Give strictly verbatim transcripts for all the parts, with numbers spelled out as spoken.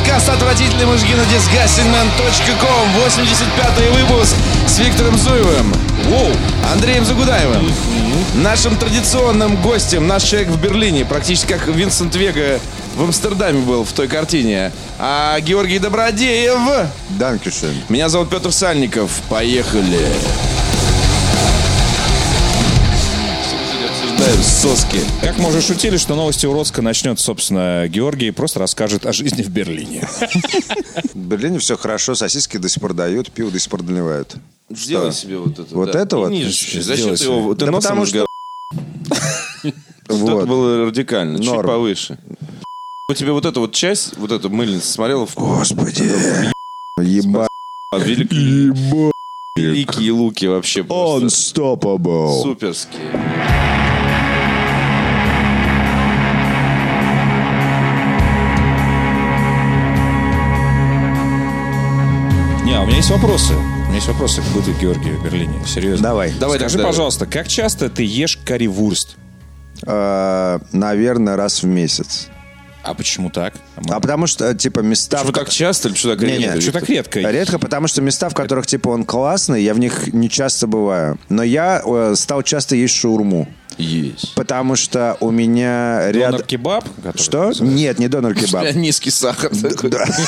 подкаст «Отвратительный мужики» на disgustingman точка ком. восемьдесят пятый выпуск с Виктором Зуевым. Воу, Андреем Загудаевым. Нашим традиционным гостем, наш человек в Берлине, практически как Винсент Вега в Амстердаме был в той картине. А Георгий Добродеев. Данкишен. Меня зовут Петр Сальников. Поехали. Соски. Как мы уже шутили, что новости уродска начнет, собственно, Георгий просто расскажет о жизни в Берлине. В Берлине все хорошо, сосиски до сих пор дают, пиво до сих пор доливают. Сделай что? Себе вот это. Вот да. это вот? Ниже. Зачем ты его? Ты да носом потому что... Вот. было радикально, Норм. Чуть повыше. У тебя вот эта вот часть, вот эта мыльница смотрела в... Господи. Еба. Великие, великие луки вообще просто. Unstoppable. Суперские. Не, у меня есть вопросы. У меня есть вопросы к быту Георгия в Берлине. Серьезно. Давай. Давай Скажи, тогда. пожалуйста, как часто ты ешь карри-вурст? Э, Наверное, раз в месяц. А почему так? А потому что, типа, места... Почему в... так часто или почему так Не-не, редко? Что так редко? Редко, потому что места, в которых, типа, он классный, я в них не часто бываю. Но я э, стал часто есть шаурму. Есть. Потому что у меня рядом... Донор-кебаб? который Что? называется? Нет, не донор-кебаб. Низкий сахар такой.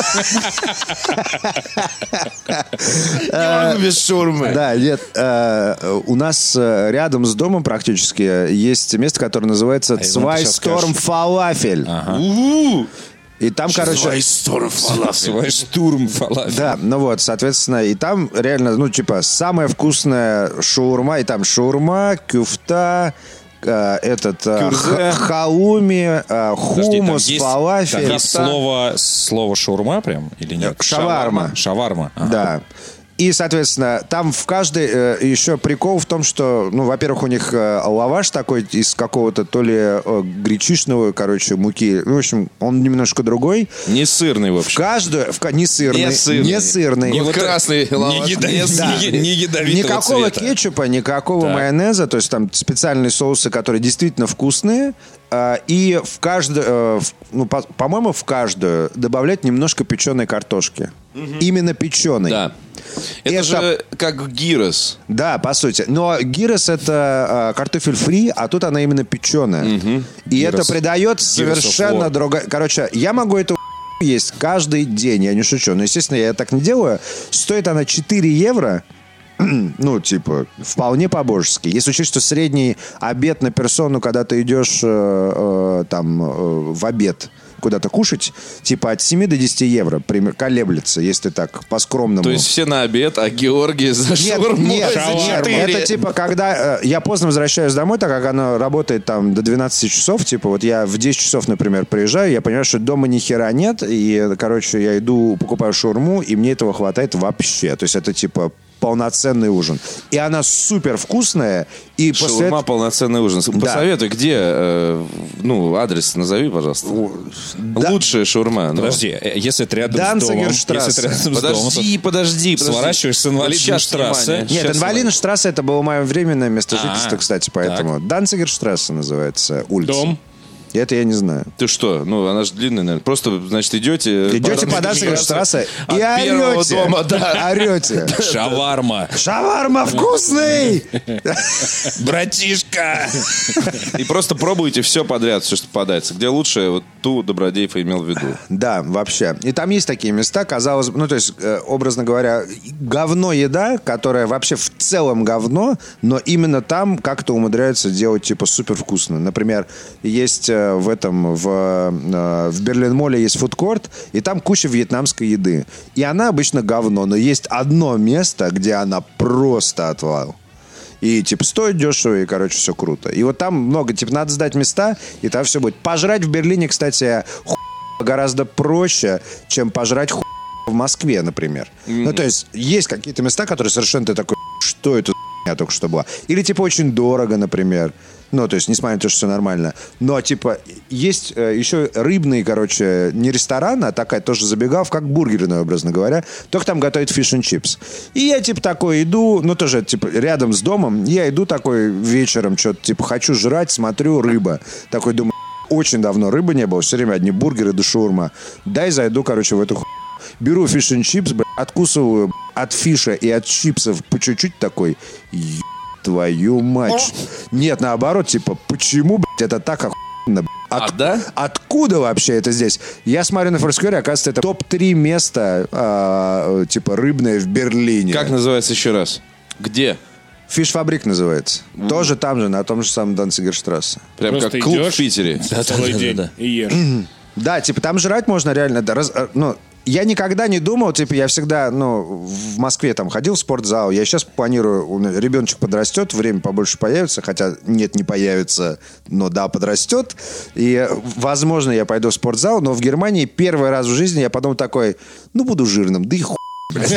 Не могу без шаурмы. Да, нет. э, У нас э, рядом с домом практически есть место, которое называется Цвайсторм Фалафель. У-у-у. И там, короче... Свайштурм фалафель. Да, ну вот, соответственно, и там реально, ну, типа, самая вкусная шаурма, и там шаурма, кюфта, э, этот э, Кюрзе. х- халуми, э, Подожди, там хумус, есть- фалафель. Там есть слово, слово шаурма прям? Или нет? Шаварма. Шаварма. Ага. Да. И, соответственно, там в каждой э, еще прикол в том, что, ну, во-первых, у них э, лаваш такой из какого-то то ли э, гречишного, короче, муки. Ну, в общем, он немножко другой. Не сырный, в В общем. каждую... В, ка- не сырный. Не сырный. Не сырный. Не вот красный лаваш. Не, ядовит- Да. не, не ядовитого Никакого цвета. кетчупа, никакого Так. майонеза. То есть там специальные соусы, которые действительно вкусные. А, И в каждую, э, в- ну, по- по-моему, в каждую добавлять немножко печеной картошки. Именно печеной. Да. Это, Это- же как гирос. Да, по сути. Но гирос это э, картофель фри, а тут она именно печеная. И Гирос. это придает совершенно war. другое. Короче, я могу эту есть каждый день, я не шучу. Но, естественно, я так не делаю. Стоит она четыре евро. Ну, типа, вполне по-божески. Если учесть, что средний обед на персону, когда ты идешь э, э, там э, в обед куда-то кушать, типа от семи до десяти евро пример, колеблется, если так, по-скромному. То есть все на обед, а Георгий за Нет, шаурмой нет, за нет, четыре. это типа, когда э, я поздно возвращаюсь домой, так как она работает там до двенадцати часов, типа, вот я в десять часов, например, приезжаю, я понимаю, что дома ни хера нет, и, короче, я иду, покупаю шаурму, и мне этого хватает вообще. То есть это, типа, полноценный ужин. И она супер вкусная, и после Шаурма этого... полноценный ужин. Посоветуй, где, э, ну, адрес назови, пожалуйста. Да. Лучшая шаурма. ну. Подожди, э, если ты рядом с домом... Данцигерштрассе. Если ты рядом с домом, Подожди, подожди, подожди. Сворачиваешь с Инвалиденштрассе. Вот сейчас, внимание, Нет, сейчас, Инвалиденштрассе это было мое временное место жительства, А, кстати, поэтому. Данцигерштрассе называется улица. Дом. И это я не знаю. Ты что? Ну, она же длинная, наверное. Просто, значит, идете... Идете по Данцигерштрассе и От первого орете. дома, да. Орете. Шаварма. Шаварма вкусный! Братишка! И просто пробуйте все подряд, все, что попадается. Где лучше, вот ту Добродеев имел в виду. Да, вообще. И там есть такие места, казалось бы, ну, то есть, э, образно говоря, говно еда, которая вообще в целом говно, но именно там как-то умудряются делать, типа, супер вкусно. Например, есть э, в этом, в, э, в Берлин-моле есть фудкорт, и там куча вьетнамской еды. И она обычно говно, но есть одно место, где она просто отвал. И, типа, стоит дешево, и, короче, все круто. И вот там много, типа, надо сдать места, и там все будет. Пожрать в Берлине, кстати, ху... гораздо проще, чем пожрать ху... в Москве, например. Mm-hmm. Ну, то есть, есть какие-то места, которые совершенно ты такой, что это за хуйня только что была. Или, типа, очень дорого, например. Ну, то есть, несмотря на то, что все нормально. Но, типа, есть э, еще рыбный, короче, не ресторан, а такая тоже забегаловка, как бургерная, образно говоря. Только там готовят фиш энд чипс. И я, типа, такой иду, ну, тоже, типа, рядом с домом. Я иду такой вечером, что-то, типа, хочу жрать, смотрю, рыба. Такой думаю, очень давно рыбы не было, все время одни бургеры да шаурма. Дай зайду, короче, в эту хуйню. Беру фиш and чипс, блядь, откусываю блядь, от фиша и от чипсов по чуть-чуть такой, еб твою мать. Нет, наоборот, типа, почему, блядь, это так охуенно, блядь? От, а, да? Откуда вообще это здесь? Я смотрю на Форсквере, оказывается, это топ три места, а, типа, рыбное в Берлине. Как называется еще раз? Где? Фиш-фабрик называется. Mm. Тоже там же, на том же самом Данцигерштрассе. Прям Просто как клуб идешь в Питере. Да, целый да, день да, да. и ешь. Да, типа, там жрать можно реально... Да, раз, ну, я никогда не думал, типа, я всегда, ну, в Москве там ходил в спортзал, я сейчас планирую, ребеночек подрастет, время побольше появится, хотя нет, не появится, но да, подрастет, и, возможно, я пойду в спортзал, но в Германии первый раз в жизни я подумал такой, ну, буду жирным, да и хуй, блядь.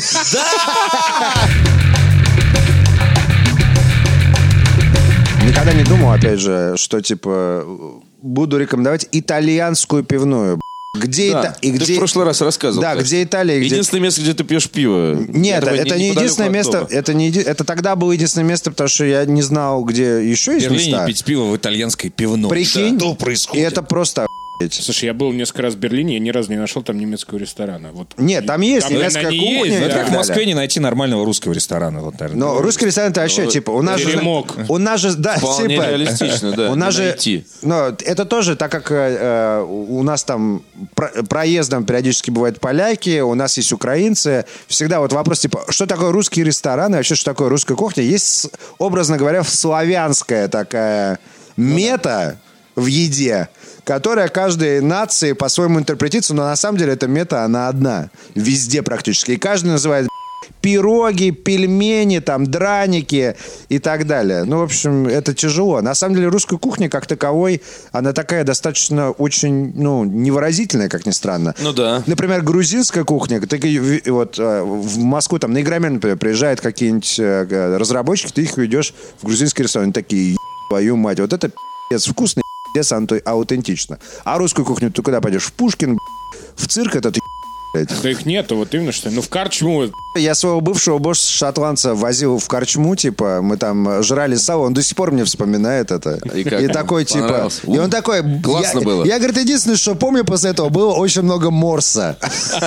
Никогда не думал, опять же, что, типа, буду рекомендовать итальянскую пивную. Где да. это? И где... Ты в прошлый раз рассказывал. Да, как. где Италия. Где... Единственное место, где ты пьешь пиво. Нет, это, это не единственное место. Это, не, это тогда было единственное место, потому что я не знал, где еще есть места. В Берлине пить пиво в итальянской пивной. Прикинь, что происходит? И это просто... Слушай, я был несколько раз в Берлине, я ни разу не нашел там немецкого ресторана. Вот. Нет, там есть там, немецкая кухня. Есть, это да. как в Москве не найти нормального русского ресторана. Вот, наверное. Но русский ресторан это вообще, ну, типа, у нас теремок. же... У нас же, да, вполне типа... реалистично, да. У нас же... Найти. Но это тоже, так как э, у нас там про, проездом периодически бывают поляки, у нас есть украинцы, всегда вот вопрос, типа, что такое русский ресторан и вообще, что такое русская кухня? Есть, образно говоря, славянская такая мета в еде, которая каждой нации по-своему интерпретируется, но на самом деле эта мета, она одна. Везде практически. И каждый называет пироги, пельмени, там, драники и так далее. Ну, в общем, это тяжело. На самом деле русская кухня как таковой, она такая достаточно очень, ну, невыразительная, как ни странно. Ну да. Например, грузинская кухня. Ты, вот в Москву там на Игромир, например, приезжают какие-нибудь разработчики, ты их ведешь в грузинский ресторан. Они такие, твою мать, вот это пи***ц вкусно, аутентично. А русскую кухню ты куда пойдешь? В Пушкин, в цирк это ты, блядь. Да их нету, вот именно что. Ну в корчму. Я своего бывшего босса-шотландца возил в корчму, типа, мы там жрали сало, он до сих пор мне вспоминает это. И, как и такой, типа... И он такой... Классно я, было. Я, говорит, единственное, что помню после этого, было очень много морса.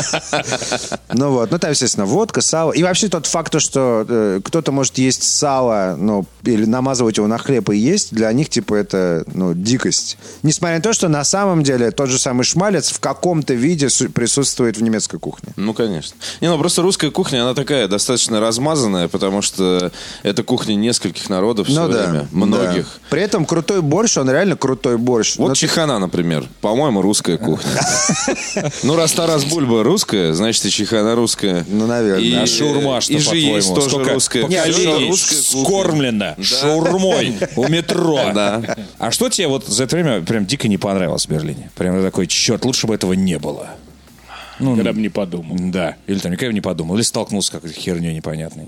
Ну вот, ну там, естественно, водка, сало. И вообще тот факт, что кто-то может есть сало, ну, или намазывать его на хлеб и есть, для них, типа, это, ну, дикость. Несмотря на то, что на самом деле тот же самый шмалец в каком-то виде присутствует в немецкой кухне. Ну, конечно. Не, ну, просто русская кухня, она такая достаточно размазанная, потому что это кухня нескольких народов все ну, время. Да, многих. Да. При этом крутой борщ, он реально крутой борщ. Вот но чехана, ты... например. По-моему, русская кухня. Ну, раз Тарас Бульба русская, значит, и чехана русская. Ну, наверное. А шаурма, что, по-твоему? И же есть тоже русская. Скормлена шаурмой у метро. Да. А что тебе вот за это время прям дико не понравилось в Берлине? Прям такой, черт, лучше бы этого не было. Ну, когда бы не подумал. Да. Или там никогда бы не подумал. Или столкнулся с какой-то херней непонятной.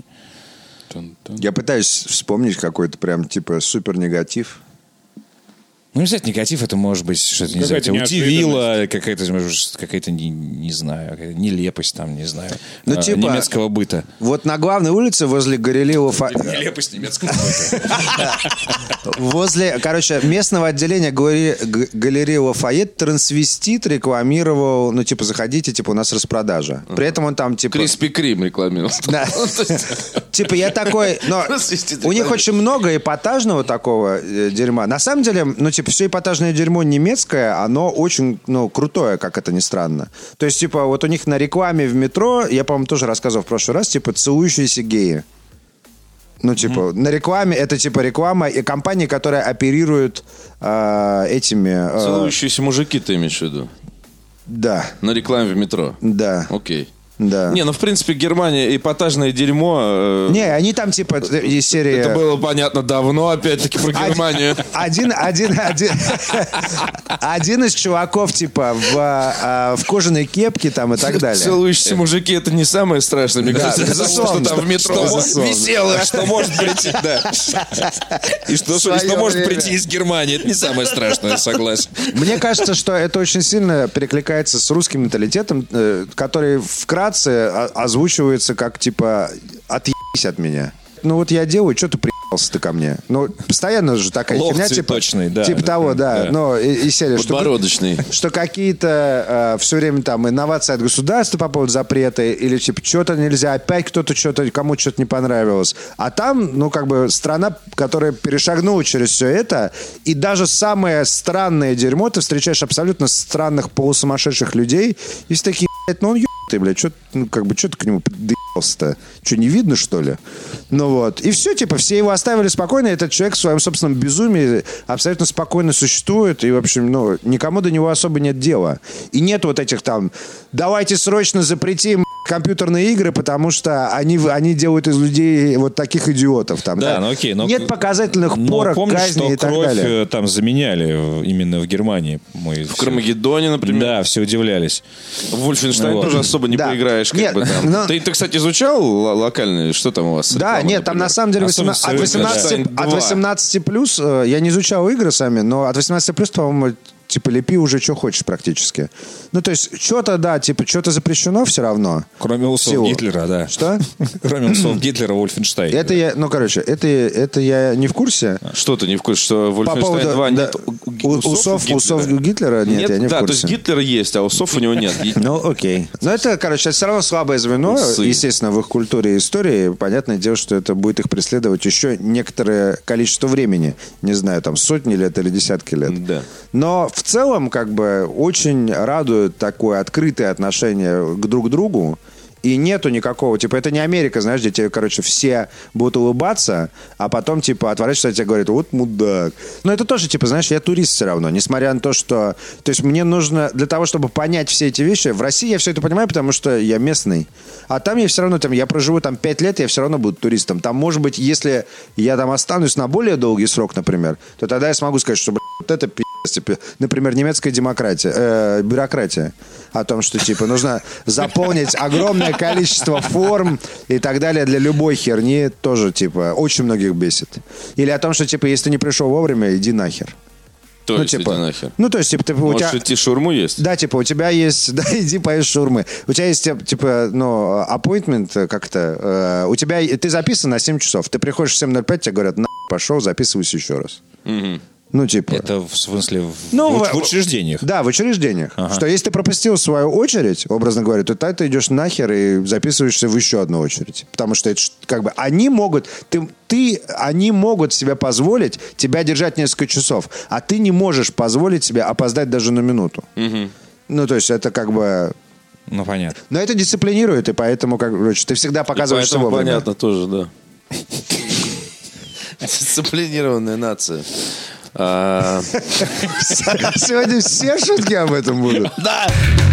Я пытаюсь вспомнить какой-то прям типа супер негатив. Ну, не знаю, негатив это может быть что-то, не знаю, тебя удивило, какая-то, какая-то, не, не знаю, какая-то нелепость там, не знаю, ну, типа, немецкого быта. Вот на главной улице возле галереи Лафайет... Нелепость немецкого быта. Возле, короче, местного отделения галереи Лафайет трансвестит рекламировал, ну, типа, заходите, типа, у нас распродажа. При этом он там, типа... Криспи Крим рекламировал. Да. Типа, я такой... Но у них очень много эпатажного такого дерьма. На самом деле, ну, типа, все эпатажное дерьмо немецкое, оно очень, ну, крутое, как это ни странно. То есть, типа, вот у них на рекламе в метро, я, по-моему, тоже рассказывал в прошлый раз, типа, целующиеся геи. Ну, типа, mm-hmm. на рекламе, это, типа, реклама и компании, которая оперирует э, этими... Э, целующиеся мужики, ты имеешь в виду? Да. На рекламе в метро? Да. Окей. Да. Не, ну в принципе Германия эпатажное дерьмо. Э, не, они там типа из серии. Это было понятно давно, опять-таки про Германию. Один, один, один, один из чуваков типа в, в кожаной кепке там и так далее. Целующиеся мужики это не самое страшное, мне кажется, что там в метро висело, что может прийти, да. И что может прийти из Германии, это не самое страшное, согласен. Мне кажется, что это очень сильно перекликается с русским менталитетом, который вкратце озвучивается как, типа, отъебись от меня. Ну вот я делаю, что ты приебал доебался ты ко мне. Ну, постоянно же такая Лох херня. Типа, цветочный, да. Типа того, да. Да. Но и, и серия, Подбородочный. Что, что какие-то э, все время там инновации от государства по поводу запрета, или типа что-то нельзя, опять кто-то что-то, кому что-то не понравилось. А там, ну, как бы страна, которая перешагнула через все это, и даже самое странное дерьмо ты встречаешь абсолютно странных полусумасшедших людей, и все такие, блядь, ну он ебаный, блядь, что, ну, как бы, что ты к нему доебался-то? Что, не видно, что ли? Ну вот. И все, типа, все его оставили спокойно, и этот человек в своем собственном безумии абсолютно спокойно существует, и, в общем, ну, никому до него особо нет дела. И нет вот этих там, давайте срочно запретим компьютерные игры, потому что они, они делают из людей вот таких идиотов. Там, Да, да? ну окей. Но, нет показательных порок, помнишь, казней что и так кровь далее. там заменяли именно в Германии. Мы В все... Кармагеддоне, например. Да, все удивлялись. В Вольфенштайн Ну, тоже особо не да. поиграешь. Как Нет, бы, там. но- Ты, ты, кстати, изучал л- локальные? Что там у вас? с Да, рекламой, нет, там например? на самом деле Особенно восемнадцать, от, в восемнадцати, Wolfenstein от два. восемнадцати плюс, э, я не изучал игры сами, но от восемнадцати плюс, по-моему, типа лепи уже что хочешь практически. Ну, то есть, что-то, да, типа, что-то запрещено все равно. Кроме усов Всего. Гитлера, да. Что? Кроме усов Гитлера, Вольфенштейн. Это я, ну, короче, это, это я не в курсе. Что ты не в курсе, что в По Wolfenstein поводу два да, нет у- усов, усов, у усов Гитлера? Гитлера? Нет, Нет, я не да, в то курсе. есть Гитлер есть, а усов у него нет. Ну, окей. Но это, короче, это все равно слабое звено, Усы. естественно, в их культуре и истории. Понятное дело, что это будет их преследовать еще некоторое количество времени. Не знаю, там, сотни лет или десятки лет. Да. Но в целом, как бы, очень радует такое открытое отношение к друг другу. И нету никакого, типа, это не Америка, знаешь, где тебе, короче, все будут улыбаться, а потом, типа, отворачиваются и тебе говорят, вот мудак. Но это тоже, типа, знаешь, я турист все равно, несмотря на то, что... То есть мне нужно, для того, чтобы понять все эти вещи, в России я все это понимаю, потому что я местный. А там я все равно, там, я проживу там пять лет, я все равно буду туристом. Там, может быть, если я там останусь на более долгий срок, например, то тогда я смогу сказать, что, блядь, вот это пи***. Типа, например, немецкая демократия, э, бюрократия. О том, что, типа, нужно заполнить огромное количество форм и так далее для любой херни, тоже, типа, очень многих бесит. Или о том, что, типа, если ты не пришел вовремя, иди нахер. То ну, есть типа, иди нахер. Ну, то есть, типа, ты, у Можешь тебя... идти шаурму есть? Да, типа, у тебя есть... Да, иди поешь шаурмы. У тебя есть, типа, ну, appointment как-то. Э, у тебя... Ты записан на семь часов. Ты приходишь в семь ноль пять, тебе говорят, на, пошел, записывайся еще раз. Угу. Ну, типа... Это в смысле в, Ну, в, в- в учреждениях. Да, в учреждениях. Ага. Что если ты пропустил свою очередь, образно говоря, то тогда ты идешь нахер и записываешься в еще одну очередь. Потому что это ш- как бы они могут, ты, ты, они могут себе позволить тебя держать несколько часов, а ты не можешь позволить себе опоздать даже на минуту. Угу. Ну, то есть это как бы... Ну, понятно. Но это дисциплинирует, и поэтому, как, короче, ты всегда показываешься Поэтому вовремя. понятно тоже, да. Дисциплинированная нация. А, Сегодня все шутки об этом будут. Да!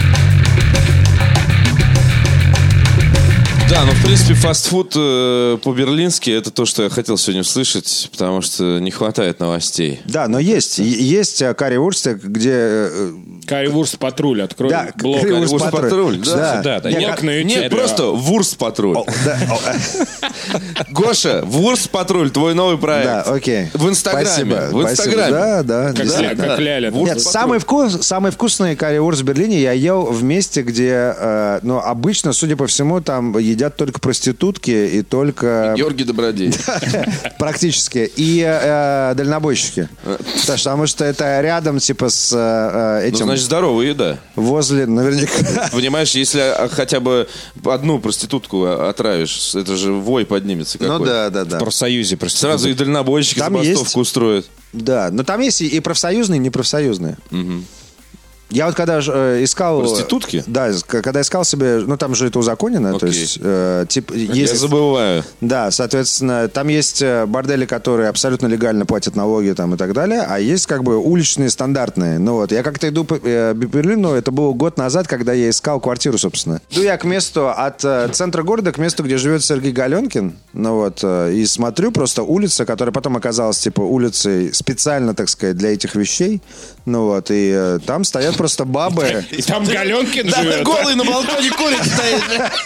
Да, ну, в принципе, фастфуд э, по-берлински это то, что я хотел сегодня услышать, потому что не хватает новостей. Да, но есть. Е- Есть э, карри-вурсты, где... э, Карри-вурст патруль, открой Да, блог. карри-вурст Вурст патруль. патруль, да. Да, да. Я- Блог на Нет, ютубе. просто Вурст патруль. О, да, о, Гоша, Вурст патруль, твой новый проект. Да, окей. В Инстаграме. Спасибо, В спасибо. Инстаграме. Да, да. Как, да. ля, как ляля. Вурст Нет, патруль. самый, вкус, самый вкусный карри-вурст в Берлине я ел в месте, где, э, ну, обычно, судя по всему, там едят только проститутки и только... Георгий Добродей. Практически. И э, дальнобойщики. Потому что это рядом, типа, с э, Ну, этим... значит, здоровая еда. возле, наверняка... Понимаешь, если а, хотя бы одну проститутку отравишь, это же вой поднимется какой-то. Ну да, да, да. В профсоюзе просто. Сразу и дальнобойщики Там забастовку есть- устроят. Да, но там есть и- и профсоюзные, и непрофсоюзные. Я вот когда э, искал... Проститутки? Да, с- когда искал себе... Ну, там же это узаконено. То Окей. есть, э, типа, Я есть... забываю. Да, соответственно, там есть э, бордели, которые абсолютно легально платят налоги там, и так далее, а есть как бы уличные, стандартные. Ну вот, я как-то иду по э, Берлину, это было год назад, когда я искал квартиру, собственно. Иду я к месту, от э, центра города к месту, где живет Сергей Галенкин, ну вот, э, и смотрю просто улица, которая потом оказалась, типа, улицей специально, так сказать, для этих вещей, ну вот, и э, там стоят просто бабы. И там Галенкин живет. Голый на балконе курит стоит.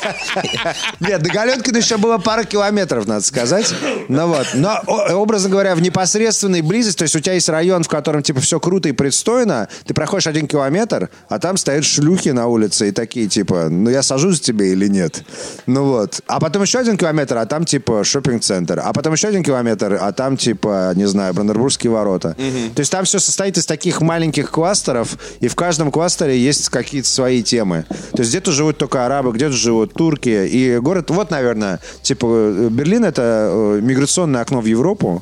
Нет, до Галенкина еще было пара километров, надо сказать. Ну вот. Но, образно говоря, в непосредственной близости, то есть у тебя есть район, в котором типа все круто и пристойно, ты проходишь один километр, а там стоят шлюхи на улице и такие типа, ну я сажусь к тебе или нет. Ну вот. А потом еще один километр, а там типа шоппинг-центр. А потом еще один километр, а там типа, не знаю, Бранденбургские ворота. То есть там все состоит из таких маленьких кластеров, и в каждом кластере есть какие-то свои темы. То есть где-то живут только арабы, где-то живут турки. И город, вот, наверное, типа Берлин — это миграционное окно в Европу.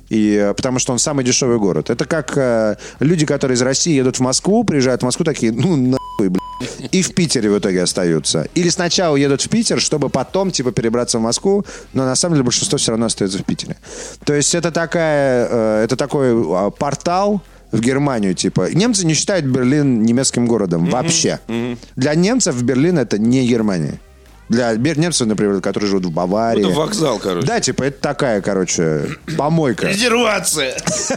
И, потому что он самый дешевый город. Это как э, люди, которые из России едут в Москву, приезжают в Москву, такие, ну, нахуй, блядь. И в Питере в итоге остаются. Или сначала едут в Питер, чтобы потом, типа, перебраться в Москву, но на самом деле большинство все равно остается в Питере. То есть это такая, э, это такой э, портал в Германию, типа. Немцы не считают Берлин немецким городом mm-hmm. вообще. Mm-hmm. Для немцев Берлин — это не Германия. Для немцев, например, которые живут в Баварии. Это вокзал, короче. Да, типа, это такая, короче, помойка. Резервация.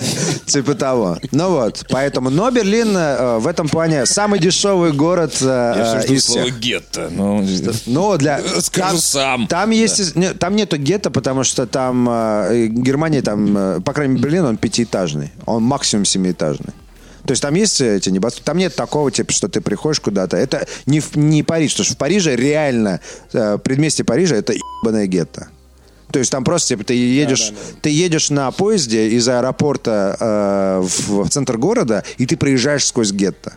Типа того. Ну вот, поэтому, но Берлин э, в этом плане самый дешевый город э, Я все из жду слово всех. гетто. Ну, Но для... скажу там, сам. Там есть... Не, там нету гетто, потому что там... Э, Германия там... Э, по крайней мере, Берлин, он пятиэтажный. Он максимум семиэтажный. То есть там есть эти небоскребы, там нет такого, типа, что ты приходишь куда-то. Это не, не Париж, потому что в Париже реально, э, предместье Парижа — это ебаное гетто. То есть там просто, типа, ты едешь, да, да, да. ты едешь на поезде из аэропорта э, в, в центр города, и ты проезжаешь сквозь гетто.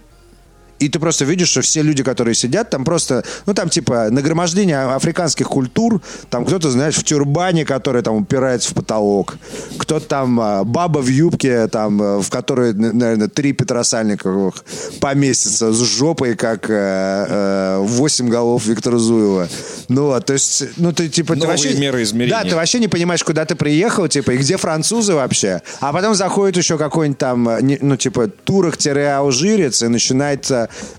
И ты просто видишь, что все люди, которые сидят, там просто, ну, там, типа, нагромождение африканских культур. Там кто-то, знаешь, в тюрбане, который там упирается в потолок. Кто-то там а, баба в юбке, там, в которой, наверное, три Петра Сальниковых поместится с жопой, как а, а, восемь голов Виктора Зуева. Ну, вот, то есть, ну, ты, типа, ты вообще... меры измерения. Да, ты вообще не понимаешь, куда ты приехал, типа, и где французы вообще. А потом заходит еще какой-нибудь там, ну, типа, турок-алжирец и начинает...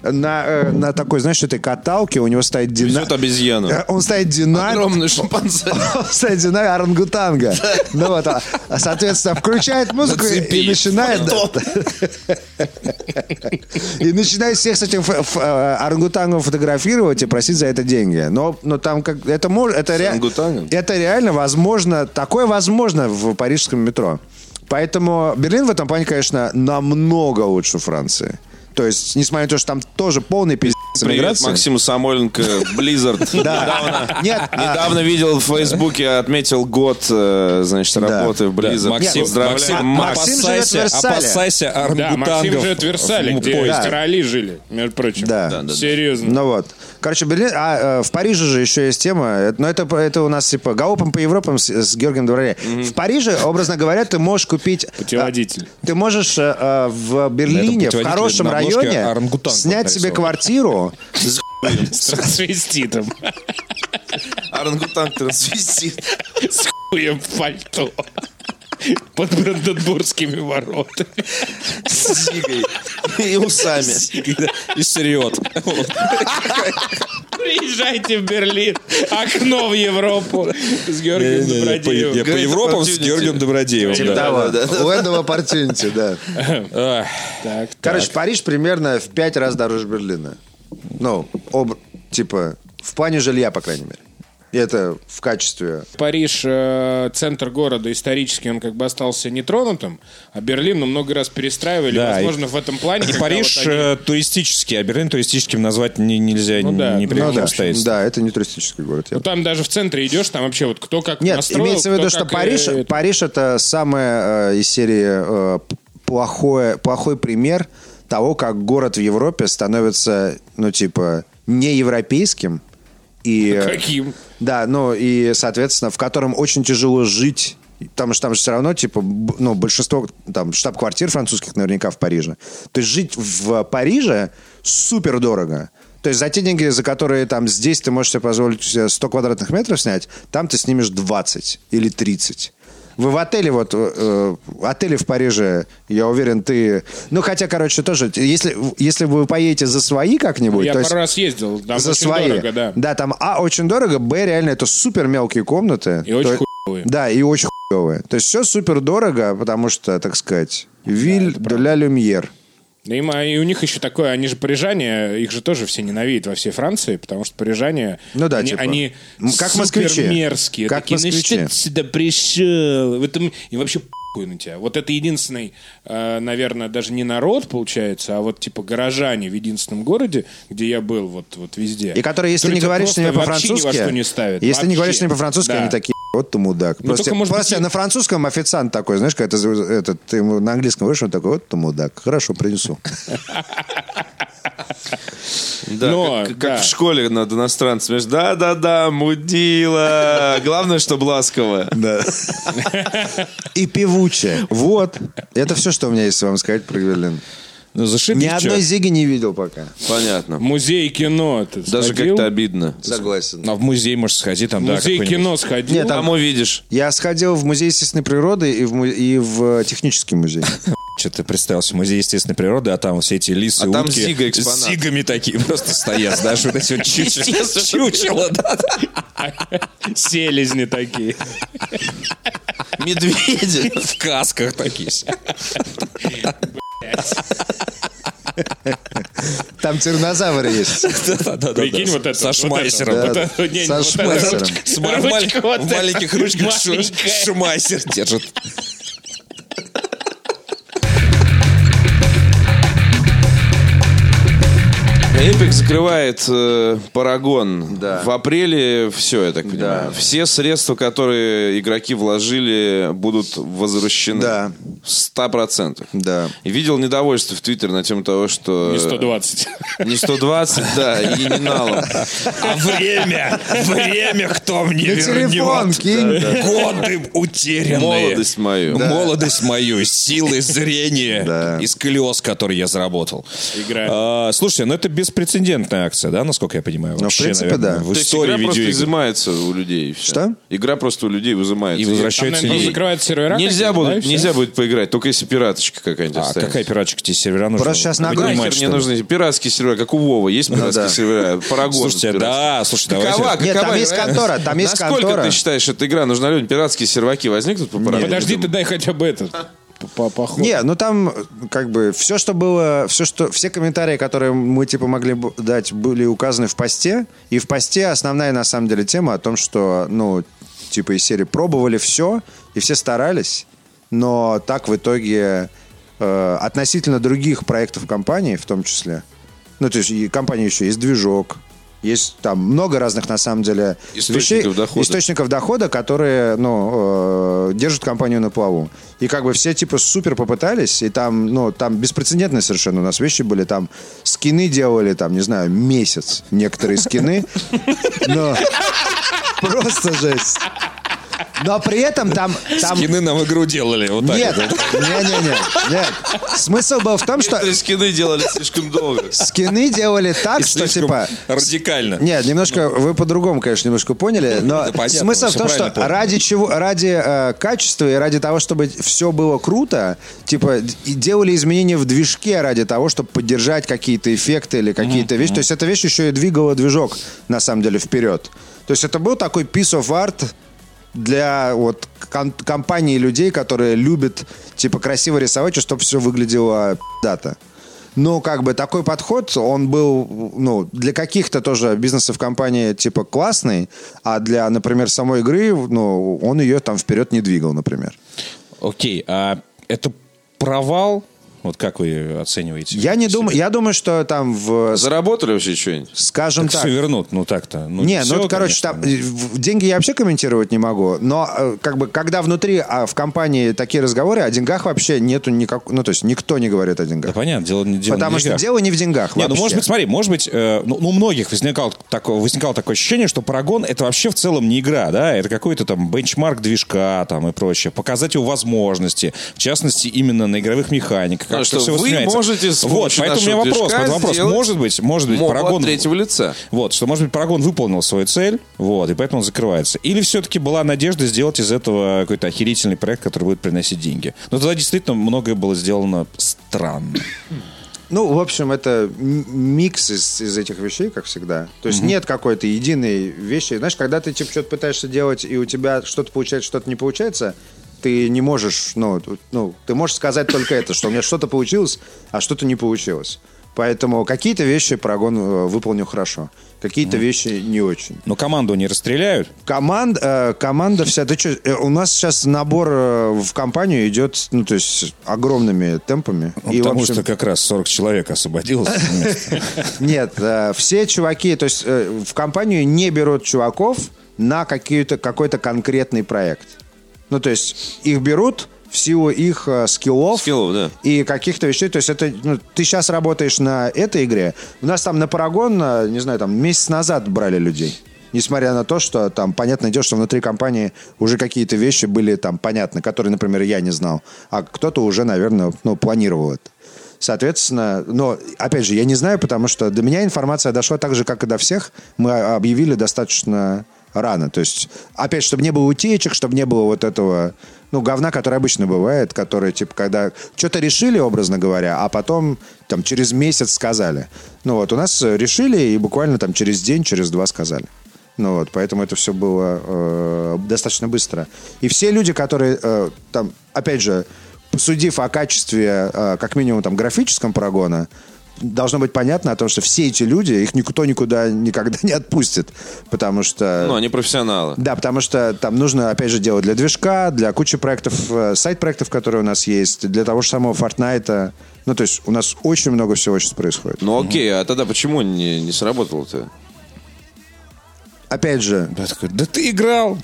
На, на такой, знаешь, этой каталке у него стоит динамик. Везет обезьяну. Он стоит динамик. Огромный шимпанзе. Он стоит динамик орангутанга. Ну вот, а, соответственно, включает музыку и начинает... И начинает всех с этим орангутангом фотографировать и просить за это деньги. Но, но там как... Это, это, ре, это реально возможно... Такое возможно в парижском метро. Поэтому Берлин в этом плане, конечно, намного лучше Франции. То есть, несмотря на то, что там тоже полный пиздец Привет, Максиму Самойленко, Blizzard. Да. Нет, недавно видел в Фейсбуке, отметил год, значит, работы в Blizzard. Максим, поздравляю. Максим живет в Версале. Опасайся орангутангов. Да, Максим живет в Версале, где короли жили, между прочим. Да. Серьезно. Ну вот. Короче, Берлин, а, в Париже же еще есть тема, но это, это у нас типа галопом по Европам с, с Георгием Дворе. Mm-hmm. В Париже, образно говоря, ты можешь купить... Путеводитель. А, ты можешь а, в Берлине, в хорошем районе, снять себе квартиру с с трансвеститом. Орангутанг трансвестит. С хуем в пальто. Под Бранденбургскими воротами. С зигой. И усами. И срет. Приезжайте в Берлин. Окно в Европу. С Георгием Добродеевым. По Европам с Георгием Добродеевым. Land of Opportunity, да. Короче, Париж примерно в пять раз дороже Берлина. Ну, об, типа, в плане жилья, по крайней мере. И это в качестве... Париж, э, центр города, исторически он как бы остался нетронутым, а Берлин, ну, много раз перестраивали, да, возможно, и, в этом плане... И Париж вот они... туристический, а Берлин туристическим назвать не, нельзя, ну, да, не прямо ну, да, обстоятельства. Да, это не туристический город. Ну, там даже в центре идешь, там вообще вот кто как Нет, настроил... Нет, имеется в виду, что Париж, и... Париж это самая э, из серии э, плохое, плохой пример того, как город в Европе становится, ну, типа, не европейским. И, каким? Да, ну, и, соответственно, в котором очень тяжело жить. Потому что там же все равно, типа, ну, большинство, там, штаб-квартир французских наверняка в Париже. То есть жить в Париже супер дорого. То есть за те деньги, за которые там здесь ты можешь себе позволить сто квадратных метров снять, там ты снимешь двадцать или тридцать. Вы в отеле, вот, э, отели в Париже, я уверен, ты... Ну, хотя, короче, тоже, если, если вы поедете за свои как-нибудь... Я то пару есть, раз ездил, там за очень свои, дорого, да. Да, там, а, очень дорого, б, реально, это супер мелкие комнаты. И очень то, хуевые. Да, и очень хуевые. То есть все супер дорого, потому что, так сказать, виль де ля люмьер. Да и, и у них еще такое, они же парижане, их же тоже все ненавидят во всей Франции, потому что парижане, ну да, они, типа, они как супер мерзкие. Как такие, москвичи. Ну что ты сюда пришел? В этом, и вообще похуй на тебя. Вот это единственный, э, наверное, даже не народ, получается, а вот типа горожане в единственном городе, где я был, вот, вот везде. И которые, если ты не говоришь с ними по-французски, ни во что не ставят. Если вообще. не говоришь с ними по-французски, да. они такие, вот ты мудак. Ну, Просто, только, может просто быть, на французском официант такой, знаешь, когда ты, это, ты ему на английском говоришь, он такой, вот ты мудак, хорошо, принесу. Да, Но, как, да. как в школе над иностранцами. Да-да-да, мудила. Главное, чтобы ласково. Да. И певучая. Вот. Это все, что у меня есть вам сказать про Берлин. Ну, зашибись, Ни одной чё. зиги не видел пока. Понятно. Музей кино ты Даже сходил? как-то обидно. Согласен. А в музей, может, сходи там, да, Музей какой-нибудь. кино сходил? Нет, там- Там увидишь. Я сходил в музей естественной природы и в, му- и в технический музей. Что-то представился, музей естественной природы, а там все эти лисы, А там утки зига экспонат. с зигами такие просто стоят, знаешь, вот эти вот чучела, чучела, да. Селезни такие. Медведи. В касках такие. Там тираннозавры есть. Прикинь, вот это. Со вот шмайсером. это. Да, Вот это, не, со вот это шмайсером. ручка. С ма- Ручка маль- вот в эта маленьких ручках шу- маленькая. шумайсер держит. Эпик закрывает э, Парагон. Да. В апреле все, я так понимаю. Да. Все средства, которые игроки вложили, будут возвращены. Да. Сто процентов. Да. И видел недовольство в Твиттере на тему того, что... Не сто двадцать. Не сто двадцать, да, и не налом. А время, время кто мне На телефон вернет? кинь. Годы утерянные. Молодость мою. Молодость мою, силы зрения Да. и сколиоз, который я заработал. Игра. А, слушайте, ну это беспрецедентная акция, да, насколько я понимаю? Ну, в принципе, да. В То есть истории игра просто видеоигр. изымается у людей. и всё. Что? Игра просто у людей вызымается. И Там, возвращается наверное, ей. закрывают сервера. Нельзя, какие-то, да, и будет, всё? нельзя будет поиграть, только если пираточка какая-нибудь А останется. какая пиратчика тебе сервера нужна? Просто сейчас Вы на не Нахер понимаете, Нахер что мне ли? нужны пиратские сервера, как у Вова. Есть пиратские да. сервера? Парагон. Слушайте, пиратский. да, слушайте, давайте. Какова, Нет, какова там есть вероятность? контора, там есть Насколько контора. ты считаешь, эта игра нужна людям? Пиратские серваки возникнут по парагону? Подожди, ты дай хотя бы этот. По походу. Не, ну там как бы все, что было, все, что, все комментарии, которые мы типа могли бы дать, были указаны в посте. И в посте основная на самом деле тема о том, что, ну, типа из серии пробовали все, и все старались, но так в итоге э, относительно других проектов компании, в том числе, ну, то есть и компания еще есть движок, есть там много разных, на самом деле, Источников дохода. источников дохода, которые, ну, э, держат компанию на плаву. И как бы все, типа, супер попытались, и там, ну, там беспрецедентные совершенно у нас вещи были, там скины делали, там, не знаю, месяц некоторые скины, но просто жесть. Но при этом там... там... Скины нам игру делали, вот так Нет, вот. не-не-не, нет. Смысл был в том, что Некоторые скины делали слишком долго. скины делали так, И что, слишком типа... радикально. Нет, немножко, вы по-другому, конечно, немножко поняли, но Да, понятно, смысл в всё том, что правильно понял. ради чего, ради э, качества и ради того, чтобы все было круто, типа, и делали изменения в движке ради того, чтобы поддержать какие-то эффекты или какие-то вещи. То есть эта вещь еще и двигала движок, на самом деле, вперед. То есть это был такой piece of art для вот ком- компании и людей, которые любят, типа, красиво рисовать, и чтобы все выглядело пи***дато. Но как бы такой подход, он был, ну, для каких-то тоже бизнесов компании типа классный, а для, например, самой игры, ну, он ее там вперед не двигал, например. Окей, а это провал? Вот как вы оцениваете? Я не думаю, я думаю, что там в, Заработали вообще что-нибудь? скажем Так так... все вернут, ну так-то. Ну, Не, всё, ну, короче, конечно. там, э, в- деньги я вообще комментировать не могу, но э, как бы, когда внутри, а в компании такие разговоры, о деньгах вообще нету никак, ну, то есть никто не говорит о Да деньгах. понятно, дело, не- дело Потому не в что деньгах. дело не в деньгах Не, ну вообще. может быть, смотри, может быть, э, ну, ну, у многих возникало такое, возникало такое ощущение, что Парагон это вообще в целом не игра, да, это какой-то там бенчмарк движка там и прочее, показать его возможности, в частности, именно на игровых механиках. Ну, как что всё вы воспринимается. можете с Вот, помощью поэтому у меня нашего вопрос, движка поэтому вопрос, сделать может быть, может быть, Моб Парагон... от третьего лица. Вот, что, может быть, Парагон выполнил свою цель, вот, и поэтому он закрывается. Или все-таки была надежда сделать из этого какой-то охерительный проект, который будет приносить деньги. Но тогда действительно многое было сделано странно. Ну, в общем, это м- микс из, из этих вещей, как всегда. То есть нет какой-то единой вещи. Знаешь, когда ты типа что-то пытаешься делать, и у тебя что-то получается, что-то не получается, ты не можешь, ну, ну, ты можешь сказать только это, что у меня что-то получилось, а что-то не получилось. Поэтому какие-то вещи Парагон выполнил хорошо, какие-то mm. вещи не очень. Но команду не расстреляют? Команд, э, команда вся... Ты что, э, у нас сейчас набор э, в компанию идет, ну, то есть, огромными темпами. Ну, и, потому в общем... что как раз сорок человек освободилось. Нет, все чуваки, то есть, в компанию не берут чуваков на какой-то конкретный проект. Ну, то есть, их берут... в силу их э, скиллов, скиллов да. и каких-то вещей. То есть это, ну, ты сейчас работаешь на этой игре. У нас там на Парагон, не знаю, там месяц назад брали людей. Несмотря на то, что там, понятное дело, что внутри компании уже какие-то вещи были там понятны, которые, например, я не знал. А кто-то уже, наверное, ну, планировал это. Соответственно, но, опять же, я не знаю, потому что до меня информация дошла так же, как и до всех. Мы объявили достаточно рано. То есть, опять, чтобы не было утечек, чтобы не было вот этого... Ну, говна, который обычно бывает, который, типа, когда что-то решили, образно говоря, а потом, там, через месяц сказали. Ну, вот, у нас решили, и буквально, там, через день, через два сказали. Ну, вот, поэтому это все было э, достаточно быстро. И все люди, которые, э, там, опять же, посудив о качестве, э, как минимум, там, графическом Парагона, должно быть понятно о том, что все эти люди, их никто никуда никогда не отпустит, потому что... Ну, они профессионалы. Да, потому что там нужно, опять же, делать для движка, для кучи проектов, сайт-проектов, которые у нас есть, для того же самого Fortnite. Ну, то есть у нас очень много всего сейчас происходит. Ну, окей, а тогда почему не, не сработало-то? Опять же... Да, такой, да ты играл!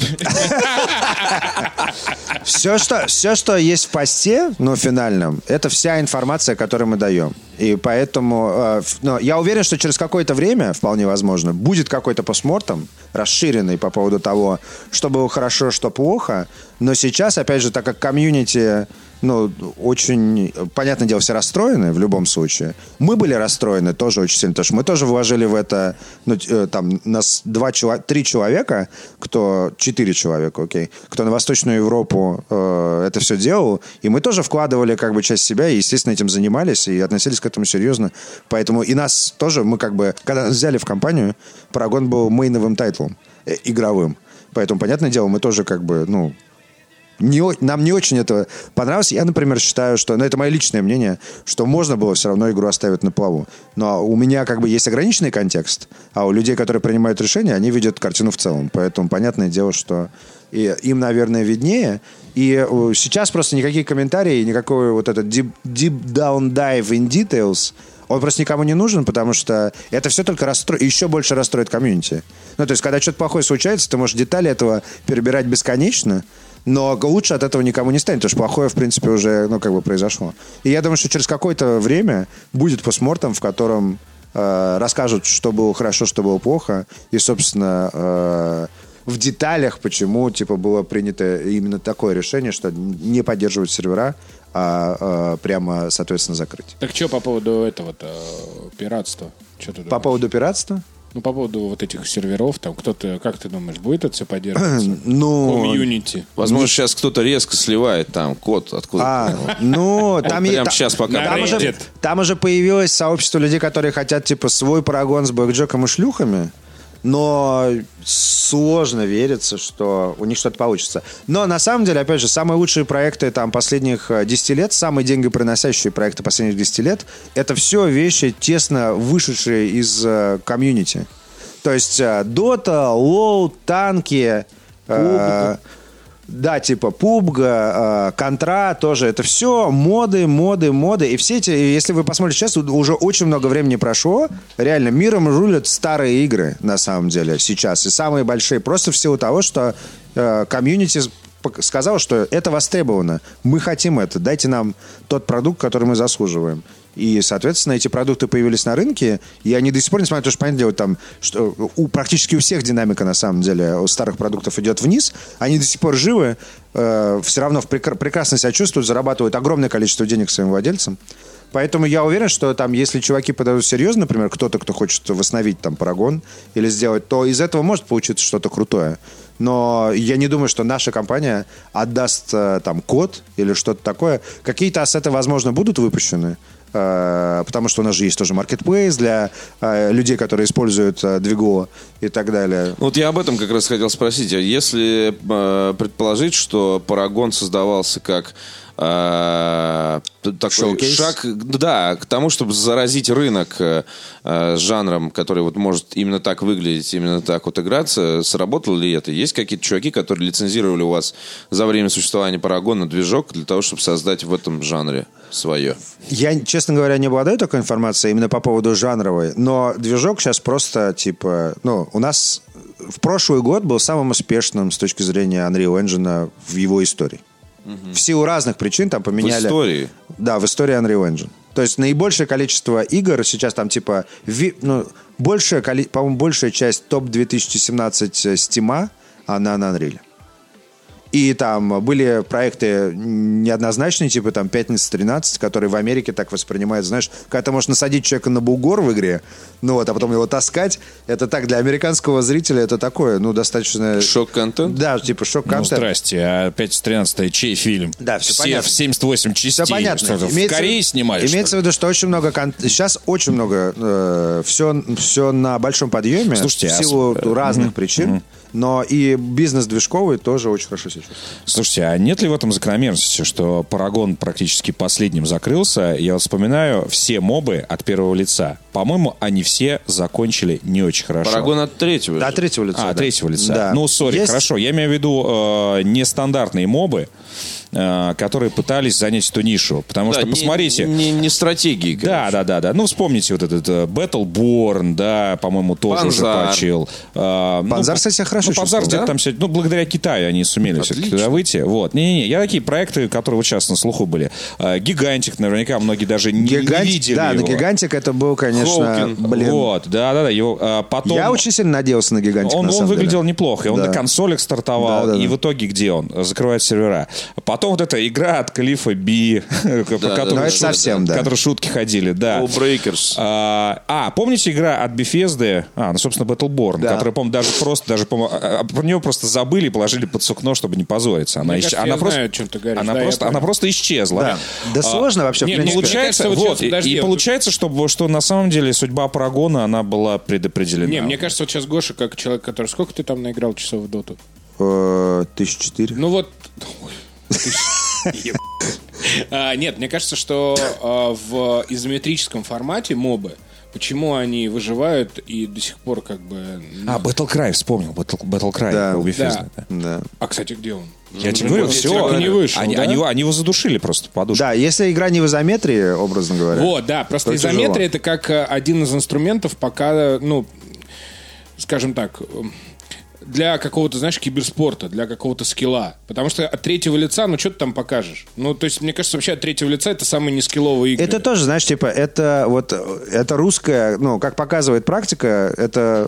Все что, все, что есть в посте, ну, финальном, это вся информация, которую мы даем. И поэтому... Э, ну, я уверен, что через какое-то время, вполне возможно, будет какой-то постмортом, расширенный по поводу того, что было хорошо, что плохо. Но сейчас, опять же, так как комьюнити... Ну, очень, понятное дело, все расстроены в любом случае. Мы были расстроены тоже очень сильно, потому что мы тоже вложили в это, ну, там, нас два человека, три человека, кто, четыре человека, окей, кто на Восточную Европу э, это все делал, и мы тоже вкладывали, как бы, часть себя, и, естественно, этим занимались, и относились к этому серьезно. Поэтому и нас тоже, мы, как бы, когда нас взяли в компанию, Парагон был мейновым тайтлом, э, игровым. Поэтому, понятное дело, мы тоже, как бы, ну... Не, нам не очень это понравилось. Я, например, считаю, что... Ну, это мое личное мнение, что можно было все равно игру оставить на плаву. Но у меня как бы есть ограниченный контекст, а у людей, которые принимают решения, они видят картину в целом. Поэтому понятное дело, что и, им, наверное, виднее. И сейчас просто никакие комментарии, никакой вот этот deep, deep down dive in details... Он просто никому не нужен, потому что это все только расстро... еще больше расстроит комьюнити. Ну, то есть, когда что-то плохое случается, ты можешь детали этого перебирать бесконечно, но лучше от этого никому не станет, потому что плохое, в принципе, уже, ну, как бы произошло. И я думаю, что через какое-то время будет постмортом, в котором э, расскажут, что было хорошо, что было плохо, и, собственно, э, в деталях, почему, типа, было принято именно такое решение, что не поддерживать сервера, а, а прямо, соответственно, закрыть. Так что по поводу этого-то пиратства? Что ты по поводу пиратства? Ну, по поводу вот этих серверов, там, кто-то, как ты думаешь, будет это все поддерживаться? Ну... Комьюнити. Возможно, сейчас кто-то резко сливает там код откуда-то. А, ну, там... Прямо сейчас пока. Там уже, там уже появилось сообщество людей, которые хотят, типа, свой Парагон с блэкджеком и шлюхами. Но сложно верится, что у них что-то получится. Но на самом деле, опять же, самые лучшие проекты там, последних десяти лет, самые деньгоприносящие проекты последних десяти лет, это все вещи, тесно вышедшие из э, комьюнити. То есть Дота, лол, танки... Э, Да, типа пубга, э, контра тоже. Это все моды, моды, моды. И все эти, если вы посмотрите сейчас, уже очень много времени прошло. Реально, миром рулят старые игры, на самом деле, сейчас. И самые большие. Просто в силу того, что э, комьюнити сказал, что это востребовано. Мы хотим это. Дайте нам тот продукт, который мы заслуживаем. И, соответственно, эти продукты появились на рынке, и они до сих пор, несмотря на то, что, понятное дело, там, что у, практически у всех динамика, на самом деле, у старых продуктов идет вниз, они до сих пор живы, э, все равно в прекра- прекрасно себя чувствуют, зарабатывают огромное количество денег своим владельцам. Поэтому я уверен, что там, если чуваки подойдут серьезно, например, кто-то, кто хочет восстановить там Парагон или сделать, то из этого может получиться что-то крутое. Но я не думаю, что наша компания отдаст там код или что-то такое. Какие-то ассеты, возможно, будут выпущены. э, потому что у нас же есть тоже маркетплейс для э, людей, которые используют э, Двиго и так далее. Вот я об этом как раз хотел спросить. А если э, предположить, что Paragon создавался как э, такой Шоу-кейс? шаг, да, к тому, чтобы заразить рынок э, с жанром, который вот может именно так выглядеть, именно так вот играться, сработало ли это? Есть какие-то чуваки, которые лицензировали у вас за время существования Парагона движок для того, чтобы создать в этом жанре свое? Я, честно говоря, не обладаю такой информацией именно по поводу жанровой, но движок сейчас просто, типа, ну, у нас в прошлый год был самым успешным с точки зрения Unreal Engine в его истории. Угу. В силу разных причин там поменяли... В истории? Да, в истории Unreal Engine. То есть наибольшее количество игр сейчас там, типа, ви... ну, большая, по-моему, большая часть топ две тысячи семнадцать Steam, она на Unreal. И там были проекты неоднозначные, типа там пятница тринадцать, которые в Америке так воспринимают, знаешь, когда ты можешь насадить человека на бугор в игре, ну вот, а потом его таскать, это так, для американского зрителя это такое, ну, достаточно... Шок-контент? Да, типа шок-контент. Ну, здрасте, а пятница тринадцать чей фильм? Да, все, все понятно. в семьдесят восемь частей. Все понятно. Что, в Корее снимали? Имеется в виду, что очень много... Кон... Сейчас очень много... Э, все, все на большом подъеме. Слушайте, в а силу с... разных угу, причин. Угу. Но и бизнес движковый тоже очень хорошо сейчас. Слушайте, а нет ли в этом закономерности, что Paragon практически последним закрылся? Я вот вспоминаю все мобы от первого лица. По-моему, они все закончили не очень хорошо. Paragon от третьего. Да, от третьего лица. А, да. третьего лица. Да. Ну, сори, Есть... хорошо. Я имею в виду э, нестандартные мобы, э, которые пытались занять эту нишу. Потому да, что, не, посмотрите... Не, не стратегии, конечно. Да, да, да, да. Ну, вспомните вот этот uh, Battleborn, да, по-моему, тоже Панзар. уже почил. Uh, Панзар, ну, кстати, хорошо ну, Панзар чувствовал, где-то да? там все... Ну, благодаря Китаю они сумели все-таки туда выйти. Вот. Не-не-не, я такие проекты, которые вот сейчас на слуху были. Uh, Гигантик, наверняка многие даже не, Гигантик, не видели да, его. на Гигантик это был, конечно, Хоукин. блин. Вот, да-да-да. Его, uh, потом... Я очень сильно надеялся на Гигантик, Он, на он самом выглядел деле. неплохо. И он Да. на консолях стартовал. Да, да, и да. в итоге где он? Закрывает сервера. Потом вот эта игра от Калифа Би, по да, которой ну, это шут- совсем, да. которой шутки ходили. Да. All Breakers. А, а, помните игра от Bethesda? А, ну, собственно, Battleborn, Да. которая, по-моему, даже просто, даже, по-моему, а, а, про нее просто забыли и положили под сукно, чтобы не позориться. Она, Мне исч- кажется, она я просто, знаю, о чем ты говоришь. она Да, я просто, она понял. просто исчезла. Да, да А, сложно вообще, в нет, принципе. Получается, Мне кажется, вот вот, сейчас, подожди, и вот- получается, что, что на самом деле судьба Парагона, она была предопределена. Не, мне кажется, вот сейчас Гоша, как человек, который... Сколько ты там наиграл часов в доту? Э, тысяча четыре. Ну вот... А, Нет, мне кажется, что а, в изометрическом формате мобы, почему они выживают и до сих пор как бы... ну, А, Battlecry, вспомнил. Battle, Battlecry Да. у Bethesda. Да. да. Да. А, кстати, где он? Я тебе Ну, говорю, вот, все. так и не вышел, они, да? они, его- они его задушили просто подушкой. Да, если игра не в изометрии, образно говоря. Вот, да, просто то тяжело. изометрия это как э, один из инструментов, пока, ну, скажем так, э, для какого-то, знаешь, киберспорта, для какого-то скилла. Потому что от третьего лица, ну, что ты там покажешь? Ну, то есть, мне кажется, вообще от третьего лица это самые нескилловые игры. Это тоже, знаешь, типа, это вот, это русская, ну, как показывает практика, это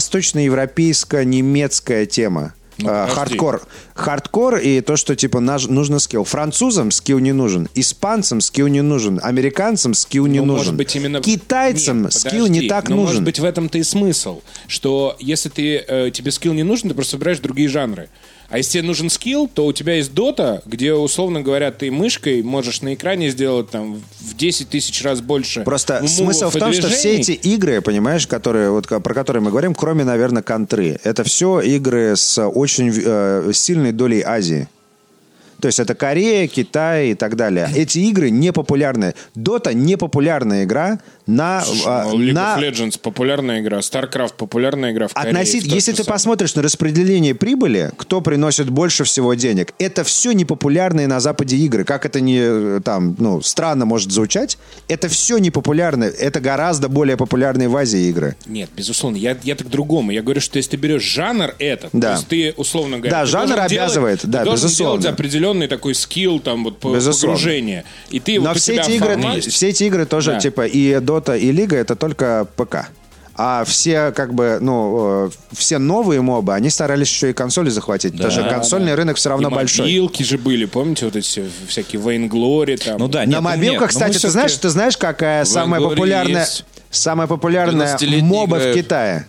восточноевропейско-немецкая тема. Ну, А, подожди. хардкор. Хардкор и то, что, типа, наж- нужно скилл. Французам скилл не нужен, испанцам скилл не нужен, американцам скилл не Ну, нужен. может быть, именно... Китайцам Нет, скилл подожди, не так но нужен. может быть, в этом-то и смысл, что если ты, э, тебе скилл не нужен, ты просто собираешь другие жанры. А если тебе нужен скилл, то у тебя есть дота, где, условно говоря, ты мышкой можешь на экране сделать там в десять тысяч раз больше Просто мувов смысл в и том, что все движений. эти игры, понимаешь, которые, вот, про которые мы говорим, кроме, наверное, контры, это все игры с очень э, сильной долей Азии. То есть это Корея, Китай и так далее. Эти игры не популярны. Дота не популярная игра на... а, Ну, League на of Legends популярная игра, StarCraft популярная игра в Корее. относить- в том если же ты самом. посмотришь на распределение прибыли, кто приносит больше всего денег, это все непопулярные на Западе игры. Как это не э, там, ну, странно может звучать, это все непопулярные. Это гораздо более популярные в Азии игры. Нет, безусловно, я, я так к другому. Я говорю, что если ты берешь жанр этот, Да. то есть ты, условно говоря... Да, ты жанр должен обязывает, делать, да, ты должен безусловно. делать определенный такой скилл, там, вот, по- Безусловно. погружения. И ты, Но вот у все тебя эти, игры, формат- все эти игры тоже, Да. типа, и Dota, и Лига, это только ПК. А все, как бы, ну, э, все новые мобы, они старались еще и консоли захватить. потому что консольный рынок все равно И большой. мобилки же были, помните, вот эти всякие Vainglory там. Ну да, На нет, ну мобилках, нет, ну мы кстати, ты всё-таки- знаешь, ты знаешь, какая самая Vainglory популярная, есть. самая популярная двенадцатилетние моба в играют. Китае?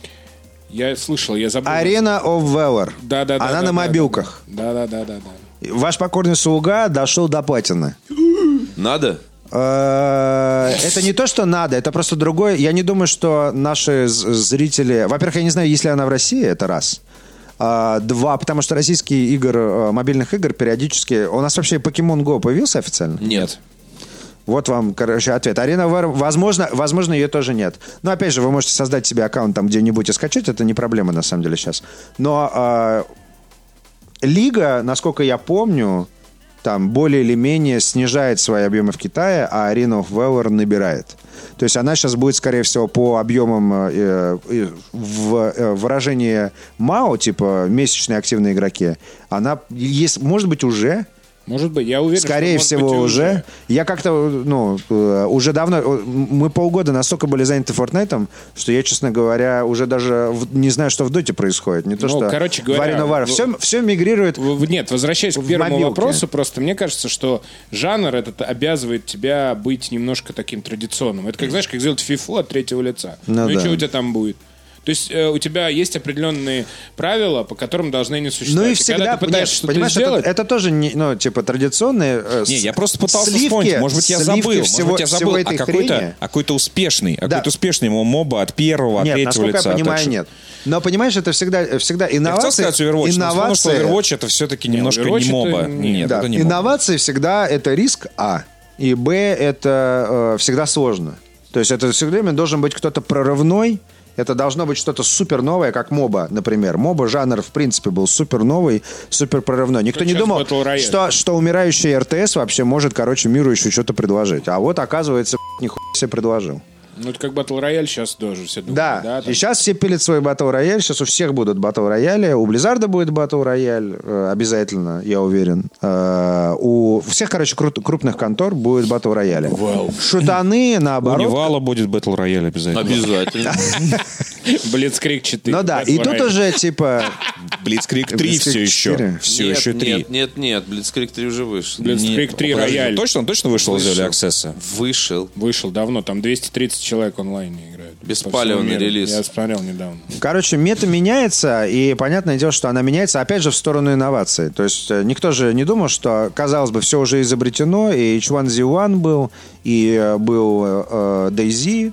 Я слышал, я забыл. Arena of Valor. Да, да, да. Она да, на да, мобилках. Да, да, да, да, да. Ваш покорный слуга дошел до платины. Надо? Это не то, что надо, это просто другое. Я не думаю, что наши зрители... Во-первых, я не знаю, есть ли она в России, это раз. Два, потому что российские игры, мобильных игр периодически... У нас вообще Pokemon Go появился официально? Нет. Вот вам, короче, ответ. Arena of Valor, возможно, возможно, ее тоже нет. Но, опять же, вы можете создать себе аккаунт там где-нибудь и скачать. Это не проблема, на самом деле, сейчас. Но э, Лига, насколько я помню, там более или менее снижает свои объемы в Китае, а Arena of Valor набирает. То есть она сейчас будет, скорее всего, по объемам э, э, в э, выражении МАО, типа месячные активные игроки, она есть, может быть, уже... Может быть, я уверен, Скорее что, всего, быть, уже. уже. Я как-то, ну, уже давно... Мы полгода настолько были заняты Fortnite, что я, честно говоря, уже даже не знаю, что в Доте происходит. Не то, Ну, что короче говоря, в Arena of Valor. в- Все, все мигрирует... В- Нет, возвращаясь к первому мобилке. вопросу, просто мне кажется, что жанр этот обязывает тебя быть немножко таким традиционным. Это как, знаешь, как сделать фифу от третьего лица. Ну Ну, и да. что у тебя там будет? То есть э, у тебя есть определенные правила, по которым должны не существовать. Ну и когда всегда, ты пытаешься нет, что-то понимаешь, сделать, это, это тоже, не, ну, типа, традиционные... э, Не, с- я просто пытался сливки- вспомнить. Может быть, я сливки забыл. Может всего- быть, я всего забыл. А этой какой-то, хрени. а какой-то успешный, а Да. какой-то успешный моба от первого, от Нет, третьего насколько лица. я так понимаю, что- нет. Но, понимаешь, это всегда, всегда Я хотел инновации... сказать Overwatch, но вспомнил, что инновации- Overwatch это все-таки немножко Overwatch не это моба. не- Нет, Да, это не моба. инновации всегда это риск, а. И, б, это э, всегда сложно. То есть это все время должен быть кто-то прорывной. Это должно быть что-то супер новое, как моба, например. Моба жанр, в принципе, был супер новый, супер прорывной. Никто Как не сейчас думал, Battle Royale. что, что умирающий эр тэ эс вообще может, короче, миру еще что-то предложить. А вот, оказывается, нихуя себе предложил. ну это как Battle Royale сейчас тоже все думают. Да, Да, там. и сейчас все пилят свой батл рояль. Сейчас у всех будут батл рояли. У Blizzard будет батл рояль, э, обязательно, я уверен. Э, у всех, короче, кру- крупных контор будет батл рояли. Шутаны, У наоборот. Невала будет Battle Royale обязательно. Обязательно. Blitzkrieg четыре. Ну да, Battle и тут Royale. уже, типа... Blitzkrieg три Blitzkrieg все еще. четыре. Все Нет, еще три. Нет, нет, нет, Blitzkrieg три уже вышел. Blitzkrieg три Подожди, рояль. Точно, точно вышел из Вышел. Early Access? Вышел. Вышел давно, там двести тридцать человек онлайн играют. Беспалевный По всему миру. релиз. Я смотрел недавно. Короче, мета меняется, и понятное дело, что она меняется, опять же, в сторону инноваций. То есть э, никто же не думал, что, казалось бы, все уже изобретено, и эйч один зет один был, и э, был э, DayZ.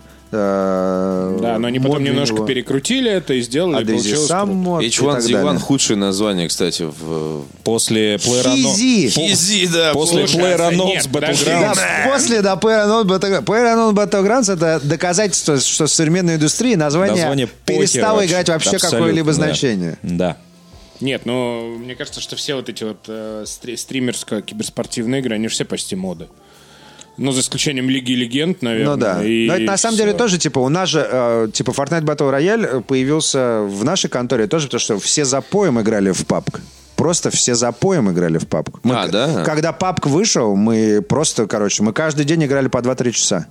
э, Да, но они мод потом для немножко него. перекрутили это и сделали, А и DayZ получилось сам круто. мод и эйч один так зет далее. один худшее название, кстати, в... После PlayerUnknown's... Хизи. Хизи, да. После Слушай, PlayerUnknown's нет, подожди. Battlegrounds. Да, после, да, PlayerUnknown's Battlegrounds. PlayerUnknown's Battlegrounds — это доказательство, что в современной индустрии название, Название похер перестало вообще. играть вообще Абсолютно, какое-либо да. значение. Да. Нет, ну, мне кажется, что все вот эти вот э, стри- стримерско-киберспортивные игры, они же все почти моды. Ну, за исключением Лиги Легенд, наверное. Ну да. и Но это на самом всё. деле тоже, типа, у нас же, э, типа, Fortnite Battle Royale появился в нашей конторе тоже, потому что все запоем играли в пабг. Просто все запоем играли в пабг. Мы, А, да? Когда пабг вышел, мы просто, короче, мы каждый день играли по два-три часа.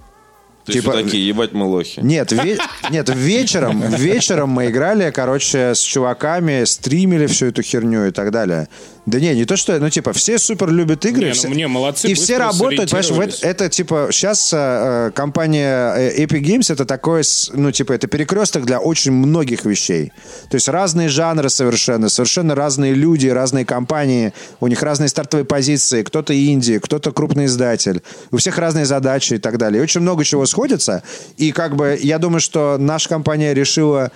То есть Типа- вы такие, ебать мы лохи. Нет, ве- нет, вечером, вечером мы играли, короче, с чуваками, стримили всю эту херню и так далее. Да не, не то что, ну типа все супер любят игры, Не, ну, все- мне молодцы, и все быстро работают, понимаешь, в это, сориентировались. это типа сейчас э, компания э, Epic Games это такое, с- ну типа это перекресток для очень многих вещей. То есть разные жанры совершенно, совершенно разные люди, разные компании, у них разные стартовые позиции, кто-то инди, кто-то крупный издатель, у всех разные задачи и так далее. И очень много чего сходится, и как бы я думаю, что наша компания решила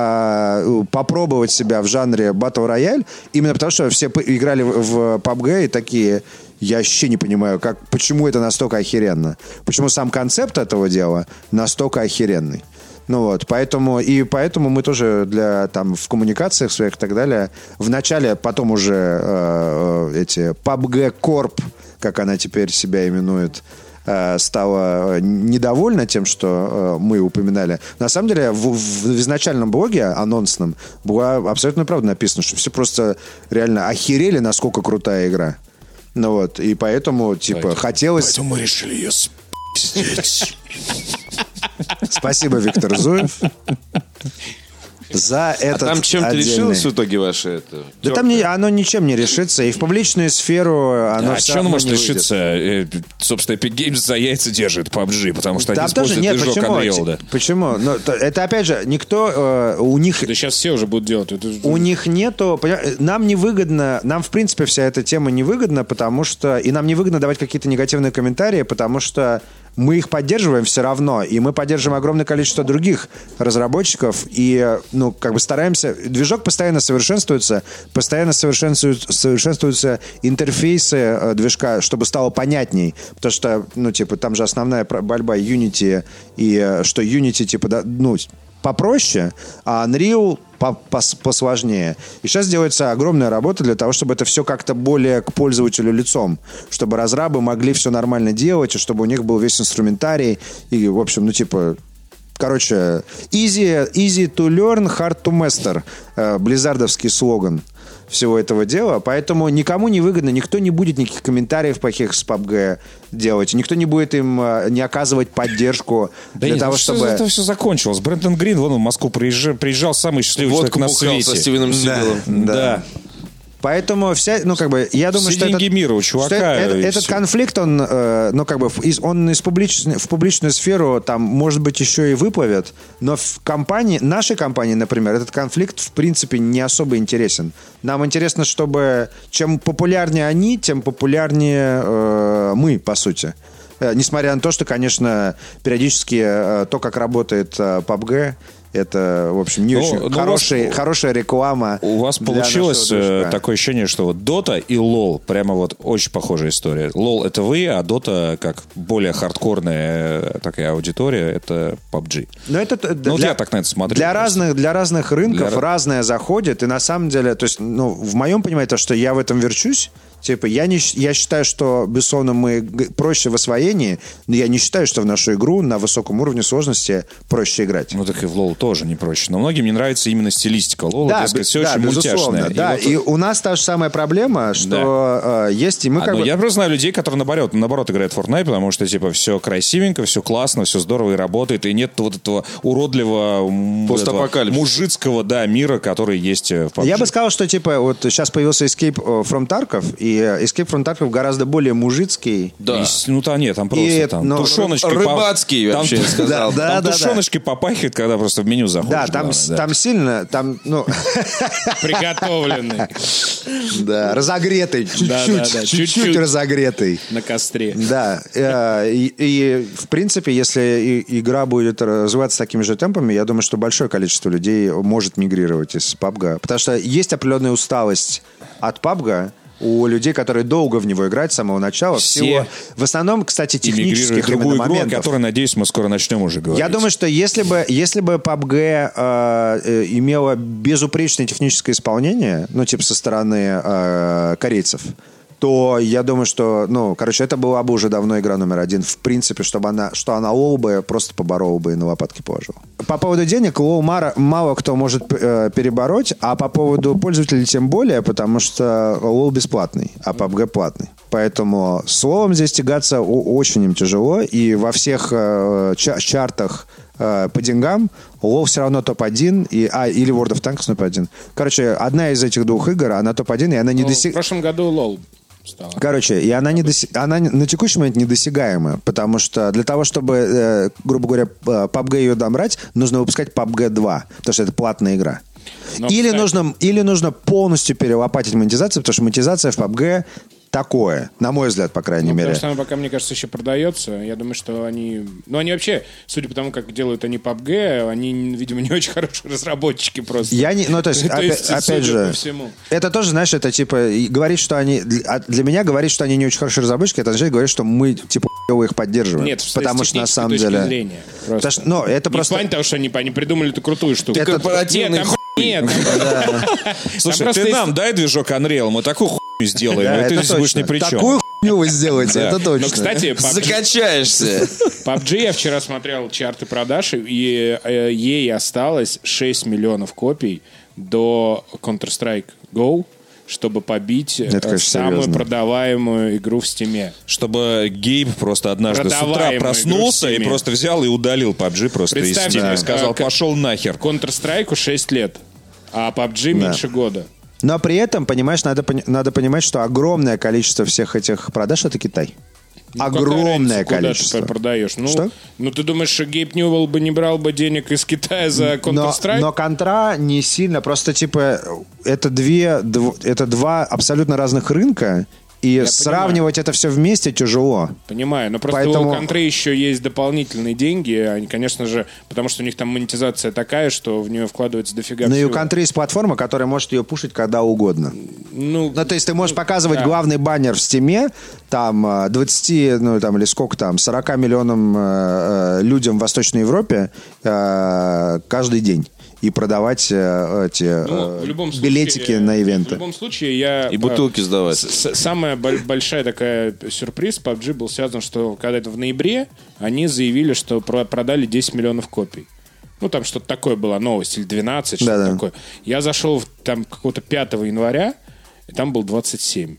э, попробовать себя в жанре Battle Royale, именно потому что все п- играли в, в пабг и такие, я вообще не понимаю, как, почему это настолько охеренно. Почему сам концепт этого дела настолько охеренный. Ну вот, поэтому, и поэтому мы тоже для, там, в коммуникациях своих и так далее, в начале, потом уже э, э, эти пабг Corp, как она теперь себя именует, э, стала недовольна тем, что э, мы упоминали. На самом деле, в, в изначальном блоге анонсном была абсолютно правда написано, что все просто реально охерели, насколько крутая игра. Ну вот, и поэтому, типа, хотелось... мы решили ее спиздить. Спасибо, Виктор Зуев. за этот А там чем-то отдельный. решилось в итоге ваше это? Да там не, оно ничем не решится, и в публичную сферу оно А всё что оно равно может не выйдет. решиться? Э, Собственно, Epic Games за яйца держит пабг, потому что Там они тоже используют нет, движок почему? Unreal, да. Почему? Но, то- это опять же, никто, э, у них Да сейчас все уже будут делать. Это... У них нету... поня- Нам невыгодно... Нам, в принципе, вся эта тема невыгодна, потому что... И нам невыгодно давать какие-то негативные комментарии, потому что мы их поддерживаем все равно, и мы поддерживаем огромное количество других разработчиков, и, ну, как бы стараемся... Движок постоянно совершенствуется, постоянно совершенствуются, совершенствуются интерфейсы э, движка, чтобы стало понятней, потому что, ну, типа, там же основная про- борьба Unity, и э, что Unity, типа, да, ну, попроще, а Unreal по- пос- посложнее. И сейчас делается огромная работа для того, чтобы это все как-то более к пользователю лицом, чтобы разрабы могли все нормально делать, и чтобы у них был весь инструментарий, и, в общем, ну, типа... Короче, easy, easy to learn, hard to master. Э, Близзардовский слоган всего этого дела. Поэтому никому не выгодно, никто не будет никаких комментариев плохих с пабг делать. Никто не будет им э, не оказывать поддержку Да для нет, того, ну что чтобы... это все закончилось. Брэндон Грин, вон он в Москву приезжал, приезжал самый счастливый человек Водку на бухал свете. со Стивеном Сигалом. Да. Да. Поэтому вся, ну, как бы, я думаю, Все что деньги этот, мира у что чувака, это- и этот всё. конфликт, он, э, ну, как бы, в- из, он из публичной, в публичную сферу, там, может быть, еще и выплывет, но в компании, нашей компании, например, этот конфликт, в принципе, не особо интересен. Нам интересно, чтобы, чем популярнее они, тем популярнее э, мы, по сути. Э, Несмотря на то, что, конечно, периодически э, то, как работает э, пабг, это, в общем, не Ну, очень ну, у вас- хороший, хорошая реклама. У вас для получилось нашего э, движка. такое ощущение, что вот Dota и лол прямо вот очень похожая история. лол это вы, а Dota как более хардкорная э, такая аудитория, это пабг. Но это т- Ну, вот я так на это смотрю Для просто. разных, для разных рынков Для- разное заходит. И на самом деле, то есть, ну, в моем понимании, то, что я в этом верчусь, типа, я, не, щ- я считаю, что, безусловно, мы г- проще в освоении, но я не считаю, что в нашу игру на высоком уровне сложности проще играть. Ну так и в лол тоже не проще. Но многим не нравится именно стилистика лола. Да, бе- все да, очень безусловно, мультяшное. да. И И, вот- у нас та же самая проблема, что э, есть, и мы А, как ну, бы... я просто знаю людей, которые наоборот, наоборот играют в Fortnite, потому что типа все красивенько, все классно, все здорово и работает, и нет вот этого уродливого м, Постапокалипсиса. этого мужицкого, да, мира, который есть э, в пабг. Я бы сказал, что типа вот сейчас появился Escape from Tarkov, и э, Escape from Tarkov гораздо более мужицкий. Да. И с- ну там нет, там просто И, там ну, тушеночки. по- рыбацкий там- вообще, я сказал. Да, Там да, да. тушеночки попахивает, когда просто в меню заходишь. Да, там, главное, с- да. там сильно, там, ну, Приготовленный да, разогретый, чуть-чуть, Да-да-да, чуть-чуть чуть-чуть. разогретый. на костре. Да, э, и, и, в принципе, если и- игра будет развиваться такими же темпами, я думаю, что большое количество людей может мигрировать из пабг. Потому что есть определенная усталость от пабг у людей, которые долго в него играют с самого начала. Все Всего, в основном, кстати, И мигрирует технических в другую именно игру, о моментов. которой, надеюсь, мы скоро начнем уже говорить. Я думаю, что если бы, если бы пабг э, э, имела безупречное техническое исполнение, ну, типа со стороны э, корейцев, то я думаю, что, ну, короче, это была бы уже давно игра номер один. В принципе, чтобы она, что она лоу бы просто поборола бы и на лопатки положила. По поводу денег, лоу мало, мало кто может э, перебороть, а по поводу пользователей тем более, потому что лоу бесплатный, а пабг платный. Поэтому с лоуом здесь тягаться о- очень им тяжело, и во всех э, ча- чартах э, по деньгам лоу все равно топ один, и, а, или World of Tanks топ один. Короче, одна из этих двух игр, она топ один, и она не Ну, достиг... в прошлом году лол стала. Короче, и она, не доси- она на текущий момент недосягаема, потому что для того, чтобы, э, грубо говоря, пабг ее добрать, нужно выпускать пабг два, потому что это платная игра. Но, или, кстати- нужно, или нужно полностью перелопатить монетизацию, потому что монетизация в пабг такое, на мой взгляд, по крайней Ну, мере. потому что она пока, мне кажется, еще продается. Я думаю, что они... Ну, они вообще, судя по тому, как делают они пабг, они, видимо, не очень хорошие разработчики просто. Я не, ну то есть, То опя- есть, опять, судя же, по всему. это тоже, знаешь, это типа и говорить, что они для, а для меня говорить, что они не очень хорошие разработчики, это означает говорить, что мы типа хуёво их поддерживаем, Нет, с потому что на технической самом точки деле, зрения, просто. Потому что, ну, это Не просто в плане того, что они, они придумали эту крутую штуку. Это корпоративный Нет, там, нет, там- Слушай, там ты просто нам дай движок Unreal, мы такую хуйню сделаем, Да, и ты это здесь будешь точно. ни при чем. Такую хуйню вы сделаете, Да. это точно. Но, кстати, пабг Закачаешься. пабг я вчера смотрел чарты продаж, и э, ей осталось шесть миллионов копий до Counter-Strike Go. чтобы побить э, Это, конечно, самую серьезно. продаваемую игру в Стиме. Чтобы Гейб просто однажды с утра Продаваемую проснулся игру в и Steam. просто взял и удалил пабджи просто из Представьте, Steam да. и сказал, А, как- пошел нахер. Counter-Strike шесть лет, а пабджи меньше года. Но при этом, понимаешь, надо, пони- надо понимать, что огромное количество всех этих продаж — это Китай. Ну, какая Огромное разница, куда количество. ты продаешь? Ну, Что? ну, ты думаешь, что Гейб Ньюэлл бы не брал бы денег из Китая за Но, Counter-Strike? но контра не сильно, просто типа это две, дв- это два абсолютно разных рынка, и сравнивать это все вместе тяжело. Понимаю, но просто Поэтому- у контры еще есть дополнительные деньги, они, конечно же, потому что у них там монетизация такая, что в нее вкладывается дофига Но и у всего. контры есть платформа, которая может ее пушить когда угодно. Ну, Ну, то есть ты можешь показывать да. главный баннер в Стиме, там, э, двадцать, ну, там, или сколько там, сорок миллионам э, э, людям в Восточной Европе э, каждый день. И продавать э, эти ну, э, в любом случае, билетики на В ивенты. любом случае, я... И бутылки э, сдавать. с- с- Самая боль- большая такая сюрприз пабджи был связан, что когда это в ноябре, они заявили, что про- продали десять миллионов копий. Ну, там что-то такое была новость, или двенадцать, что-то Да-да. такое. Я зашел в- там какого-то пятого января, и там был двадцать семь.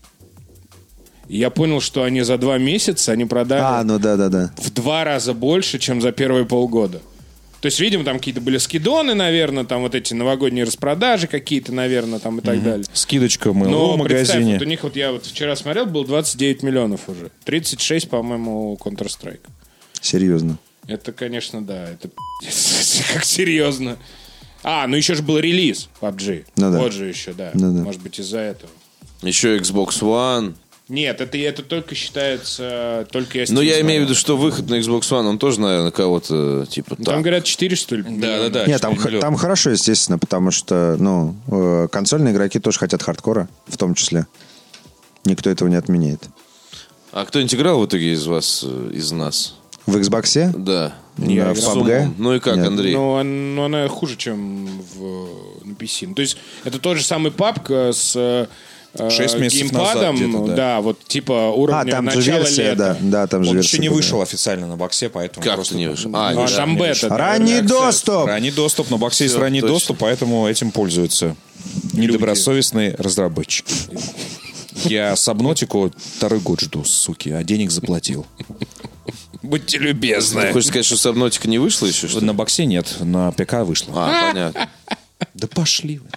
И я понял, что они за два месяца они продали А, ну да-да-да. в два раза больше, чем за первые полгода. То есть, видимо, там какие-то были скидоны, наверное, там вот эти новогодние распродажи какие-то, наверное, там и так далее. Скидочка в Но Mail.ru в представь, магазине. вот у них вот я вот вчера смотрел, было двадцать девять миллионов уже. тридцать шесть, по-моему, у Counter-Strike. Серьезно. Это, конечно, да, это пи***ц, как серьезно. А, ну еще же был релиз пабджи. Ну да. Вот же еще, да. Ну да. Может быть, из-за этого. Еще Xbox One. Нет, это, это только считается... Только я Но я Steam имею в виду, смотрел. что выход на Xbox One, он тоже, наверное, кого-то типа Там, так. говорят, четыре, что ли? Да, да, да. Нет, там, четыре миллиона. там хорошо, естественно, потому что, ну, э, консольные игроки тоже хотят хардкора, в том числе. Никто этого не отменяет. А кто-нибудь играл в итоге из вас, э, из нас? В Xbox? Да. Я С играл. умом. пабг? Ну и как, Нет. Андрей? Но, он- но она хуже, чем в, на пи си. Ну, то есть это тот же самый папк с э, Шесть месяцев назад геймпадом. где-то, да. да, вот типа уровня А, там же начала версия, лета. да, да, там же Он версия еще не была. вышел официально на боксе, поэтому... Как просто ты не там- вышел? А, Ну, а не там не бета. вышел. да, Ранний early access. доступ! Ранний доступ, на боксе есть Всё, ранний точно. доступ, поэтому этим пользуются недобросовестные разработчики. Я Сабнотику второй год жду, суки, а денег заплатил. Будьте Ты любезны. хочешь сказать, что Сабнотика не вышла еще, что ли? На боксе нет, на ПК вышло. А, понятно. Да пошли вы.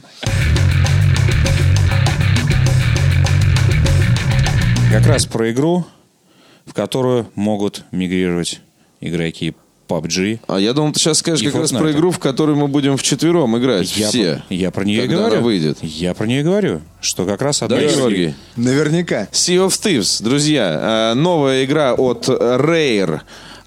Как раз про игру, в которую могут мигрировать игроки пабджи. А я думал, ты сейчас скажешь И как раз Fortnite. про игру, в которую мы будем вчетвером играть. Я, все. про- я про нее и Когда говорю. она выйдет. Я про нее и говорю, что как раз одна Да, из- Георгий? Наверняка. Sea of Thieves, друзья, э, новая игра от Rare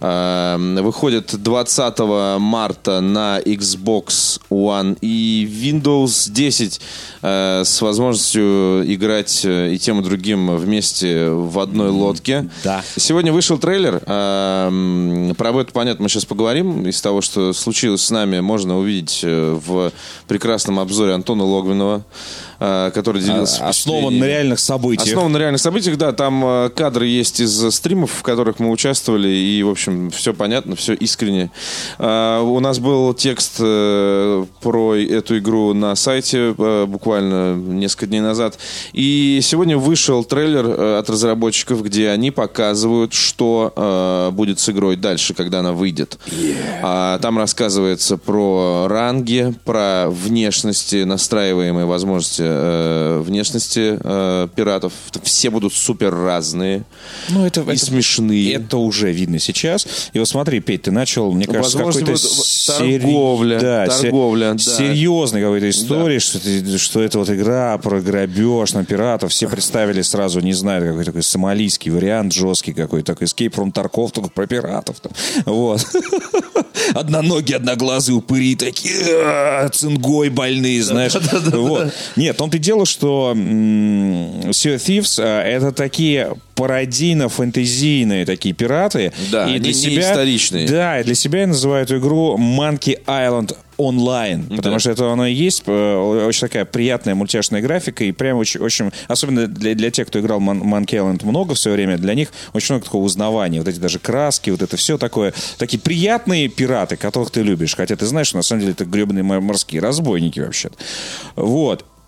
э, выходит двадцатого марта на Xbox One и Windows десять э, с возможностью играть э, и тем и другим вместе в одной лодке. Да. Сегодня вышел трейлер. э, м, Про это, понятно, мы сейчас поговорим. Из того, что случилось с нами, можно увидеть э, в прекрасном обзоре Антона Логвинова, э, который делился А- основан впечатлениями. на реальных событиях. Основан на реальных событиях, да. Там э, кадры есть из стримов, в которых мы участвовали, и, в общем, все понятно, все искренне. Э, у нас был текст э, про эту игру на сайте э, буквально несколько дней назад. И сегодня вышел трейлер э, от разработчиков, где они показывают, что э, будет с игрой дальше, когда она выйдет. А, там рассказывается про ранги, про внешности, настраиваемые возможности э, внешности э, пиратов. Все будут супер разные Ну, это, и это- смешные. Это уже видно сейчас. И вот смотри, Петь, ты начал, мне кажется, Возможно, какой-то вот сери- торговля, да, се- торговля, да. серьезной какой-то истории, что, ты- что это вот игра про грабеж на пиратов. Все представили сразу, не знаю, какой такой сомалийский вариант, жесткий какой-то, такой Escape from Tarkov, только про пиратов. Там. Вот. Одноногие, одноглазые упыри такие, а, цингой больные, знаешь. Вот. Нет, в том-то и дело, что м, Sea of Thieves а, это такие пародийно-фэнтезийные такие пираты. Да, и они для не себя, историчные. Да, и для себя я называю эту игру Monkey Island онлайн, потому Да. что это оно и есть, э, очень такая приятная мультяшная графика, и прям очень, очень особенно для, для тех, кто играл Mon- Monkey Island много в свое время, для них очень много такого узнавания, вот эти даже краски, вот это все такое, такие приятные пираты, которых ты любишь, хотя ты знаешь, что на самом деле это гребаные мо- морские разбойники вообще-то. Вот.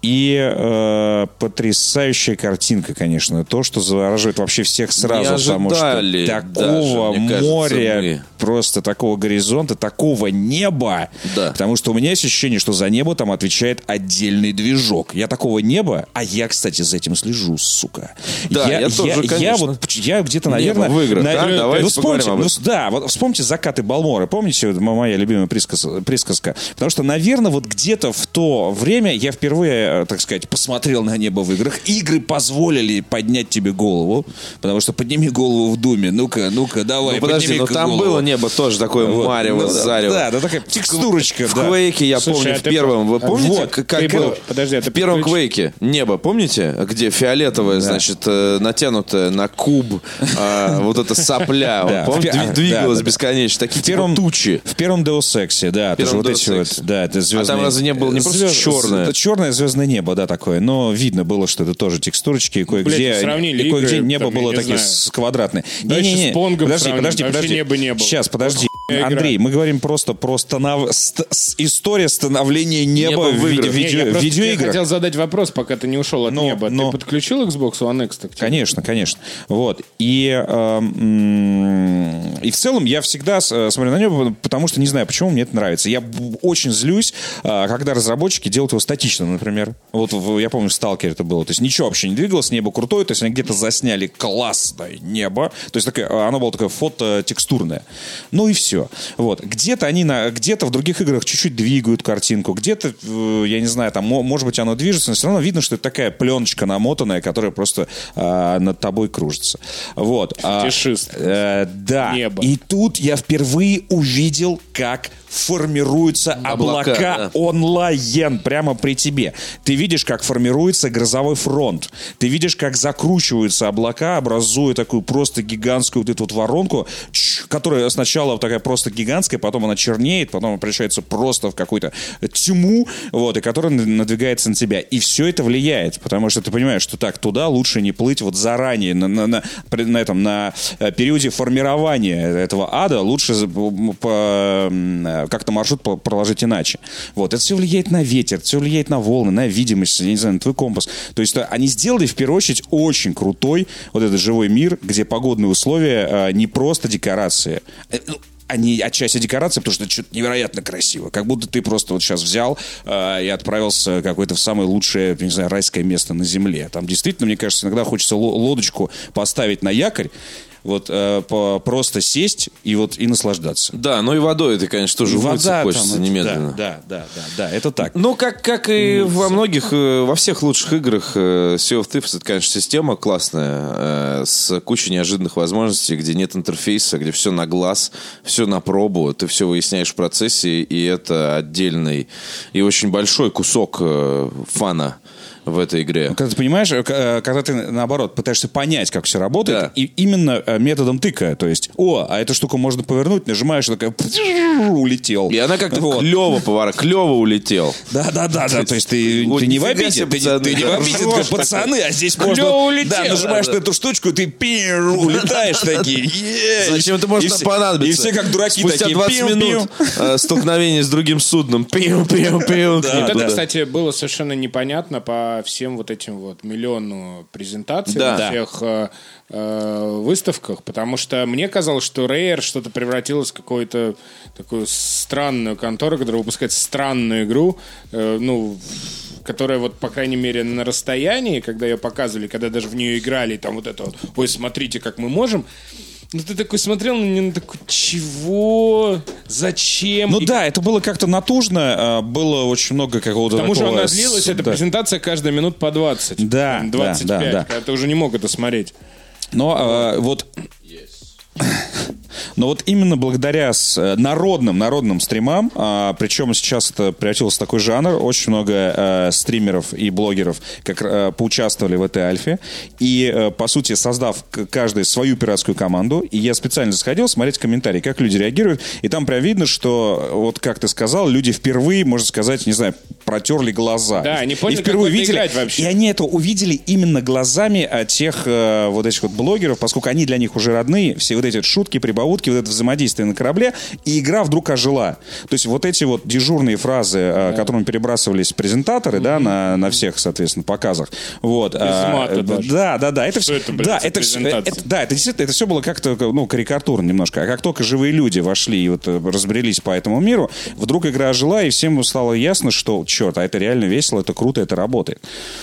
И э, потрясающая картинка, конечно. То, что завораживает вообще всех сразу. Не потому что ожидали такого даже, мне кажется, моря, мы. просто такого горизонта, такого неба. Да. Потому что у меня есть ощущение, что за небо там отвечает отдельный движок. Я такого неба, а я, кстати, за этим слежу, сука. Да, я тоже, я, конечно. Я, вот, я где-то, наверное... Небо в играх, на- да? ну, Давайте вспомните, поговорим об ну, этом. да, вот вспомните «Закаты Балмора». Помните, вот моя любимая присказ- присказка? Потому что, наверное, вот где-то в то время я впервые, так сказать, посмотрел на небо в играх. Игры позволили поднять тебе голову. Потому что подними голову в Думе. Ну-ка, ну-ка, давай, Ну, подожди, но подними-ка там голову. было небо тоже такое Вот. марево, Ну, да, зарево. Да, да, такая текстурочка, В да. Квейке, я Слушай, помню, а в ты первом, вы про- помните, Вот, как, ты как- был- подожди, а ты в первом подключ- Квейке небо, помните, где фиолетовое, значит, э, натянутое на куб, а, вот эта сопля, Да, помните, в пе- дви- а, двигалась да, да. бесконечно, такие В первом, типа тучи. в первом Deus Ex, да, тоже первом вот Deus эти Ex. вот, да, это звездное... А там разве не было не просто черное? Это черное звездное небо, да, такое, но видно было, что это тоже текстурочки, и кое-где, Блядь, сравнили и кое-где игры, небо там, я было не такие знаю. с- квадратные. Дальше Не-не-не, с Понгом подожди, сравним, подожди, вообще подожди. неба не было. Сейчас, подожди. игра. Андрей, мы говорим просто про станов... ст- с- история становления неба Небо в в виде- играх. в Не, видео- я просто тебе видеоиграх. хотел задать вопрос, пока ты не ушел от Ну, неба. но- Ты подключил Xbox One X? Так, Конечно, конечно. Вот. И, э, м, и в целом я всегда с- э, смотрю на небо, потому что не знаю, почему мне это нравится. Я б- очень злюсь, э, когда разработчики делают его статично, например. Вот в- я помню, в «Сталкере» это было. То есть ничего вообще не двигалось, небо крутое, то есть они где-то засняли классное небо. То есть такое, оно было такое фото-текстурное. Ну и все. Вот. Где-то они на, где-то в других играх чуть-чуть двигают картинку, где-то, э, я не знаю, там, мо- может быть, оно движется, но все равно видно, что это такая пленочка намотанная, которая просто э, над тобой кружится. Вот. А, Фетишист. э, да. Небо. И тут я впервые увидел, как формируются облака, Облака, да. онлайн прямо при тебе. Ты видишь, как формируется грозовой фронт. Ты видишь, как закручиваются облака, образуя такую просто гигантскую вот эту вот воронку, чш, которая сначала такая просто гигантская, потом она чернеет, потом она превращается просто в какую-то тьму, вот, и которая надвигается на тебя. И все это влияет, потому что ты понимаешь, что так, туда лучше не плыть вот заранее, на, на, на, при- на этом, на э, периоде формирования этого ада лучше за- по, м, как-то маршрут по- проложить иначе. Вот. Это все влияет на ветер, это все влияет на волны, на видимость, я не знаю, на твой компас. То есть э, они сделали, в первую очередь, очень крутой вот этот живой мир, где погодные условия э, не просто декорации. Э, ну, они отчасти декорации, потому что это что-то невероятно красиво. Как будто ты просто вот сейчас взял э, и отправился какое-то в самое лучшее, не знаю, райское место на земле. Там действительно, мне кажется, иногда хочется ло- лодочку поставить на якорь, вот э, по- просто сесть и вот и наслаждаться. Да, ну и водой это, конечно, тоже умыться Вода хочется там, это- немедленно. Да, да, да, да, это так. Ну, как, как и во многих, э, во всех лучших играх э, Sea of Thieves, это, конечно, система классная, э, с кучей неожиданных возможностей, где нет интерфейса, где все на глаз, все на пробу, ты все выясняешь в процессе, и это отдельный и очень большой кусок э, фана в этой игре. Когда ты понимаешь, э, к- э, когда ты, наоборот, пытаешься понять, как все работает, Да. и именно э, методом тыка, то есть, о, а эту штуку можно повернуть, нажимаешь, и такая, улетел. И она как-то Вот. клево повара, клево улетел. Да, да, да, да. То есть ты, Вот ты не в нифига обиде, себе, ты, пацаны, ты не в да. обиде, Ржёшь ты, пацаны, а здесь можно... Клёво улетел. Да, нажимаешь Да, на да. эту штучку, и ты пир, улетаешь такие. е, Зачем и- это может и все- понадобиться? И все как дураки Спустя такие. двадцать пиу, минут пиу. э, столкновение с другим судном. Пиу, пиу, пиу. Да, к ним Вот это, туда. кстати, было совершенно непонятно по всем вот этим вот миллиону презентаций Да. на всех э, э, выставках, потому что мне казалось, что Rare что-то превратилось в какую-то такую странную контору, которая выпускает странную игру, э, ну, которая вот, по крайней мере, на расстоянии, когда ее показывали, когда даже в нее играли, и там вот это вот, ой, смотрите, как мы можем. Ну, ты такой смотрел на нее, такой, чего? Зачем? Ну И да, это было как-то натужно, а, было очень много какого-то К тому же такого она с- длилась, эта да. презентация каждая минут по двадцать. Да, там, да, двадцать пять, да, да. когда ты уже не мог это смотреть. Но а, вот... Но вот именно благодаря с, э, народным, народным стримам, а, причем сейчас это превратился в такой жанр, очень много э, стримеров и блогеров как, э, поучаствовали в этой альфе, и, э, по сути, создав к- каждый свою пиратскую команду, и я специально заходил смотреть комментарии, как люди реагируют, и там прям видно, что, вот как ты сказал, люди впервые, можно сказать, не знаю, протерли глаза. Да, они поняли, и впервые как увидели, играть вообще. И они это увидели именно глазами а, тех э, вот этих вот блогеров, поскольку они для них уже родные, все вот эти вот шутки, прибаутки, вот это взаимодействие на корабле, и игра вдруг ожила. То есть вот эти вот дежурные фразы, э, да. которыми перебрасывались презентаторы, mm-hmm. да, на, на всех, соответственно, показах. Вот. А, да, да, да. Это все, это, да, это, это, да, это действительно, это все было как-то, ну, карикатурно немножко. А как только живые люди вошли и вот разбрелись по этому миру, вдруг игра ожила, и всем стало ясно, что, черт, а это реально весело, это круто, это работает.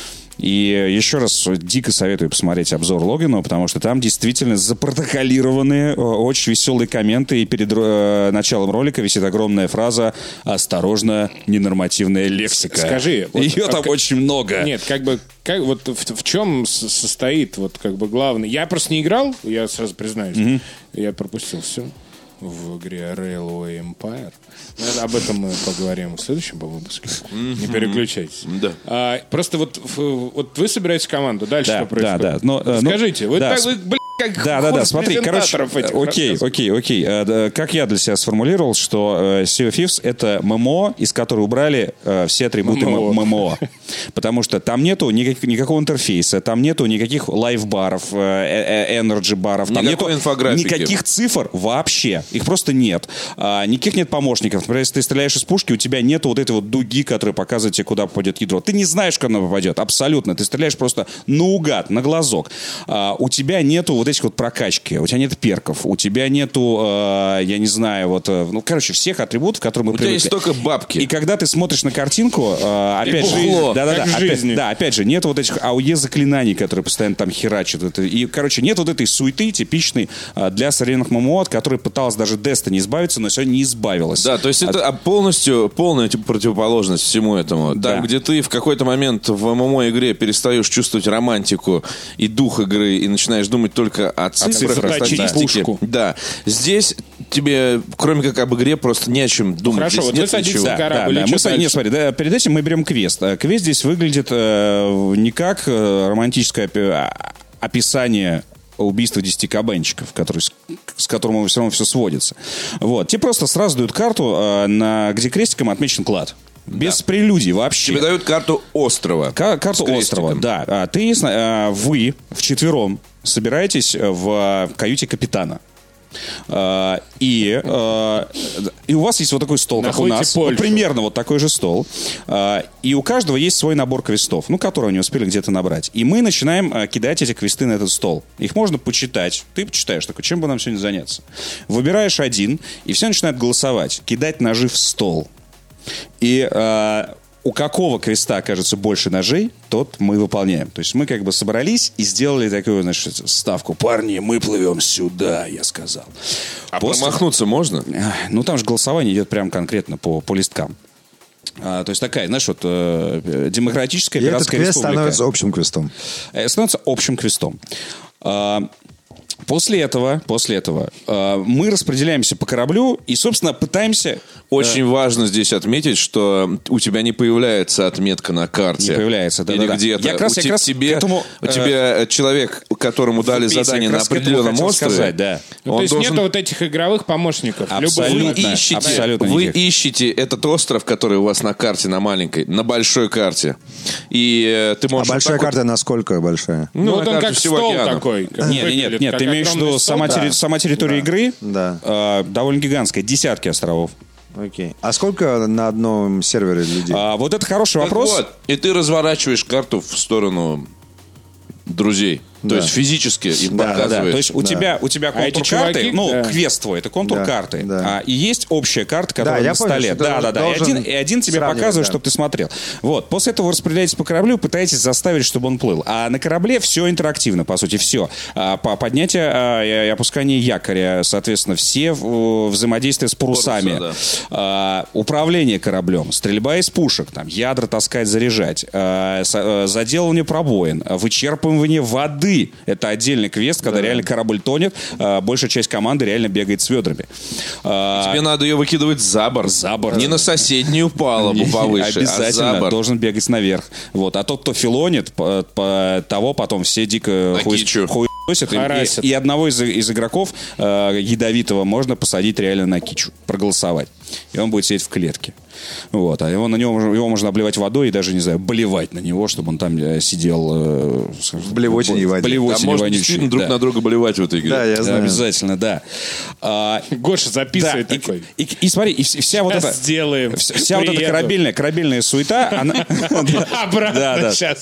И еще раз дико советую посмотреть обзор Логинова, потому что там действительно запротоколированы очень веселые комменты, и перед э, началом ролика висит огромная фраза «Осторожно, ненормативная лексика». Скажи. Вот, ее там как... очень много. Нет, как бы, как, вот в, в чем состоит вот как бы главный... Я просто не играл, я сразу признаюсь, mm-hmm. я пропустил все в игре Railway Empire. Но об этом мы поговорим в следующем выпуске. Mm-hmm. Не переключайтесь. Да. А, просто вот, вот вы собираете команду. Дальше да, что происходит? Да, да. Но, Скажите, но, вы да, так, вы, блин, как да, да, да, смотри, короче, окей, окей, окей. А, как я для себя сформулировал, что Sea of Thieves — это ММО, из которой убрали а, все атрибуты ММО. Потому что там нету никак, никакого интерфейса, там нету никаких лайфбаров, энерджи-баров, там нету инфографики. Никаких цифр вообще. Их просто нет. А, никаких нет помощников. Например, если ты стреляешь из пушки, у тебя нету вот этой вот дуги, которая показывает тебе, куда попадет ядро. Ты не знаешь, куда оно попадет. Абсолютно. Ты стреляешь просто наугад, на глазок. А, у тебя нету вот этих вот прокачки. У тебя нет перков. У тебя нету, э, я не знаю, вот... Э, ну, короче, всех атрибутов, которые мы у привыкли. У тебя есть только бабки. И когда ты смотришь на картинку, э, опять же... Да, да, да, опять, да, опять же, нет вот этих АОЕ заклинаний, которые постоянно там херачат. И, короче, нет вот этой суеты типичной э, для современных ММО, от которой пыталась даже Destiny избавиться, но сегодня не избавилась. Да, то есть от... это полностью, полная противоположность всему этому. Там, да. где ты в какой-то момент в ММО-игре перестаешь чувствовать романтику и дух игры, и начинаешь думать только о цифрах, о статистике. Да. Здесь тебе, кроме как об игре, просто не о чем думать. Хорошо, здесь вот нет вы садитесь ничего. на корабль. Да, да, мы, нет, смотри, да, перед этим мы берем квест. Квест здесь выглядит э, не как э, романтическое описание убийства десяти кабанчиков, который, с которым все равно все сводится. Вот. Тебе просто сразу дают карту, э, на, где крестиком отмечен клад. Без да. прелюдий вообще. Тебе дают карту острова. К- карту острова, да. А, ты, а, вы вчетвером собираетесь в каюте капитана. А, и, а, и у вас есть вот такой стол, Находите как у нас. Польшу. Ну, примерно вот такой же стол. А, и у каждого есть свой набор квестов, ну, которые они успели где-то набрать. И мы начинаем а, кидать эти квесты на этот стол. Их можно почитать. Ты почитаешь, такой, чем бы нам сегодня заняться. Выбираешь один, и все начинают голосовать. Кидать ножи в стол. И э, у какого квеста окажется больше ножей, тот мы выполняем. То есть мы как бы собрались и сделали такую, значит, ставку. Парни, мы плывем сюда, я сказал. А После... промахнуться можно? Ну, там же голосование идет прям конкретно по, по листкам. А, то есть такая, знаешь, вот э, демократическая пиратская республика. И этот квест становится общим квестом. Э, становится общим квестом. А, После этого, после этого э, мы распределяемся по кораблю и, собственно, пытаемся... Очень э, важно здесь отметить, что у тебя не появляется отметка на карте. Не появляется, да, или да, где-то. Я как раз, у, я как раз тебе, этому, у тебя человек, которому дали задание на определенном острове. Сказать, да. Ну, то есть должен... нету вот этих игровых помощников. Абсолютно. Вы ищете, Абсолютно вы ищете этот остров, который у вас на карте, на маленькой, на большой карте. И ты можешь... А большая вот карта насколько большая? Ну, ну вот он как стол океана. такой. Нет, нет, нет, нет, ты имеешь в виду сама, да. терри- сама территория да. игры да. э, довольно гигантская, десятки островов. Окей. А сколько на одном сервере людей? А, вот это хороший так вопрос. Вот, и ты разворачиваешь карту в сторону друзей. То да. есть физически им да, показываешь. Да, то есть у да. тебя, у тебя контур а эти карты, чуваки, ну, да. квест твой, это контур да, карты. Да. А, и есть общая карта, которая да, на столе. Да, да, да. И один, и один тебе показывает, да. чтобы ты смотрел. Вот. После этого вы распределяетесь по кораблю, пытаетесь заставить, чтобы он плыл. А на корабле все интерактивно, по сути, все. А, по поднятию а, и опусканию якоря, соответственно, все в, взаимодействия с парусами. Паруса, да. а, управление кораблем, стрельба из пушек, там, ядра таскать, заряжать, а, с, заделывание пробоин, вычерпывание воды. Это отдельный квест, когда да. реально корабль тонет, а, большая часть команды реально бегает с ведрами. А, Тебе надо ее выкидывать за борт. За борт. Не на соседнюю палубу повыше, обязательно а за борт. должен бегать наверх. Вот. А тот, кто филонит, по, по, того потом все дико хуесосят. И, и одного из, из игроков э, ядовитого можно посадить реально на кичу, проголосовать. И он будет сидеть в клетке. Вот, а его, на него, его можно обливать водой и даже, не знаю, болевать на него, чтобы он там сидел... Э, в блевотине и воде. Там можно действительно друг да. на друга болевать в этой игре. Да, я знаю. Обязательно, да. А, Гоша записывает да, такой. И, и, и смотри, и вся вот эта... Сделаем. Вся, вся вот эта корабельная, корабельная суета, она... Обратно сейчас.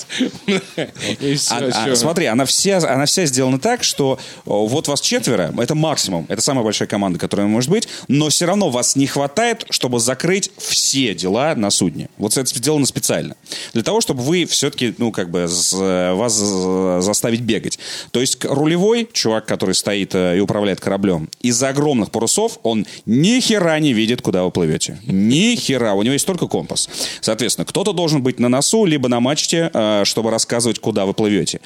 Смотри, она вся, она вся сделана так, что вот вас четверо, это максимум, это самая большая команда, которая может быть, но все равно вас не хватает, чтобы закрыть все дела на судне. Вот это сделано специально. Для того, чтобы вы все-таки, ну, как бы, вас заставить бегать. То есть рулевой чувак, который стоит и управляет кораблем, из-за огромных парусов он ни хера не видит, куда вы плывете. Ни хера. У него есть только компас. Соответственно, кто-то должен быть на носу, либо на мачте, чтобы рассказывать, куда вы плывете.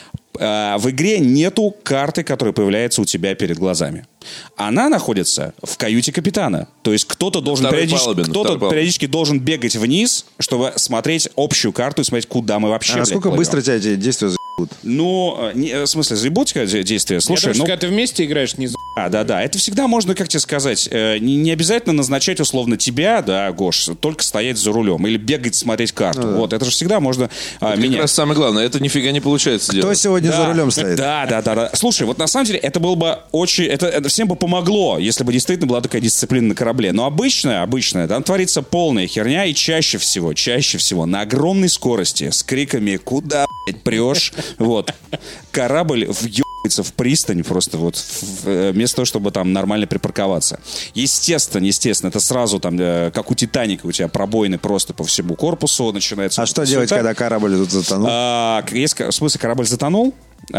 В игре нету карты, которая появляется у тебя перед глазами. Она находится в каюте капитана. То есть кто-то должен периодически, кто-то периодически должен бегать вниз, чтобы смотреть общую карту и смотреть, куда мы вообще. А насколько быстро тебя эти действия заебут? Ну, не, в смысле, заебут действия? Слушай, Я думаю, ну... когда ты вместе играешь, не за... А, да, да. Это всегда можно, как тебе сказать, э, не, не обязательно назначать условно тебя, да, Гош, только стоять за рулем или бегать смотреть карту. Ну, да. Вот, это же всегда можно э, это менять. Как раз самое главное, это нифига не получается Кто делать. сегодня да, за рулем стоит? Да, да, да, да. Слушай, вот на самом деле это было бы очень... Это, это всем бы помогло, если бы действительно была такая дисциплина на корабле. Но обычно, обычно там творится полная херня, и чаще всего, чаще всего на огромной скорости с криками «Куда, блядь, прешь?» Вот. Корабль въебывается в пристань просто вот в, вместо того, чтобы там нормально припарковаться. Естественно, естественно, это сразу там, как у «Титаника», у тебя пробоины просто по всему корпусу начинается. А что делать, когда корабль тут затонул? А, есть, в смысле, корабль затонул?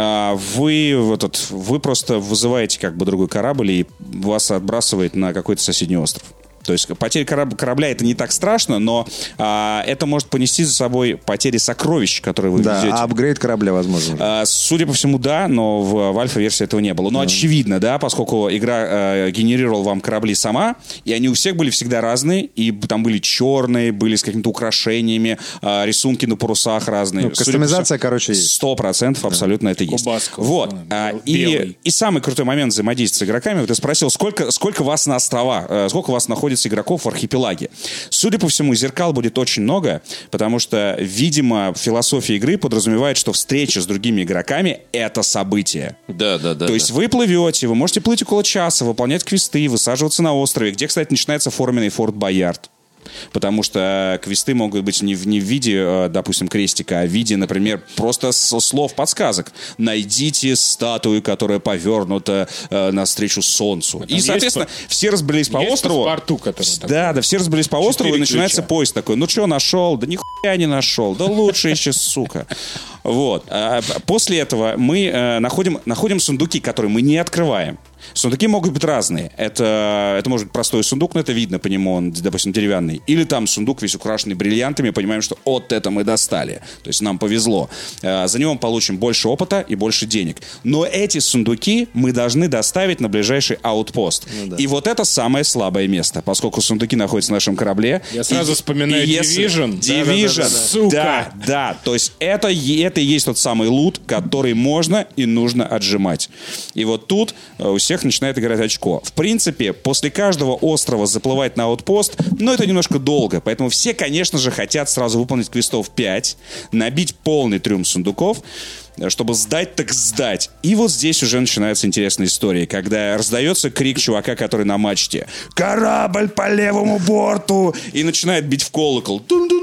Вы, этот, вы просто вызываете как бы другой корабль, и вас отбрасывает на какой-то соседний остров. То есть потеря корабля — это не так страшно, но а, это может понести за собой потери сокровищ, которые вы да, везете. А апгрейд корабля возможно? А, судя по всему, да, но в, в альфа-версии этого не было. Но mm. очевидно, да, поскольку игра а, генерировала вам корабли сама, и они у всех были всегда разные, и там были черные, были с какими-то украшениями, а, рисунки на парусах разные. Ну, кастомизация, всему, короче, есть. Сто процентов абсолютно это есть. Кубаску, вот. А, и, и самый крутой момент взаимодействия с игроками, вот ты спросил, сколько, сколько вас на острова, сколько у вас находится игроков в архипелаге. Судя по всему, зеркал будет очень много, потому что, видимо, философия игры подразумевает, что встреча с другими игроками — это событие. Да, да, да. То да. есть вы плывете, вы можете плыть около часа, выполнять квесты, высаживаться на острове, где, кстати, начинается форменный Форт Боярд. Потому что квесты могут быть не в, не в виде, допустим, крестика, а в виде, например, просто слов, подсказок. Найдите статую, которая повернута э, навстречу солнцу. Там и, соответственно, по... все разбрелись по есть острову. Паспорту, который да, да, все разбрелись по острову, и начинается ключа. поиск такой. Ну что, нашел? Да нихуя не нашел. Да лучше ищи, сука. Вот. А после этого мы э, находим, находим сундуки, которые мы не открываем. Сундуки могут быть разные. Это, это может быть простой сундук, но это видно по нему, он, допустим, деревянный. Или там сундук весь украшенный бриллиантами, понимаем, что вот это мы достали. То есть нам повезло. За него мы получим больше опыта и больше денег. Но эти сундуки мы должны доставить на ближайший аутпост. Ну, да. И вот это самое слабое место, поскольку сундуки находятся на нашем корабле. Я сразу и, вспоминаю и если... Division. Division. Да, да, да, да. Сука. Да, да. То есть это, это и есть тот самый лут, который можно и нужно отжимать. И вот тут у всех начинает играть очко. В принципе, после каждого острова заплывать на аутпост, но это немножко долго. Поэтому все, конечно же, хотят сразу выполнить квестов пять, набить полный трюм сундуков, чтобы сдать, так сдать. И вот здесь уже начинается интересная история, когда раздается крик чувака, который на мачте: «Корабль по левому борту!» И начинает бить в колокол.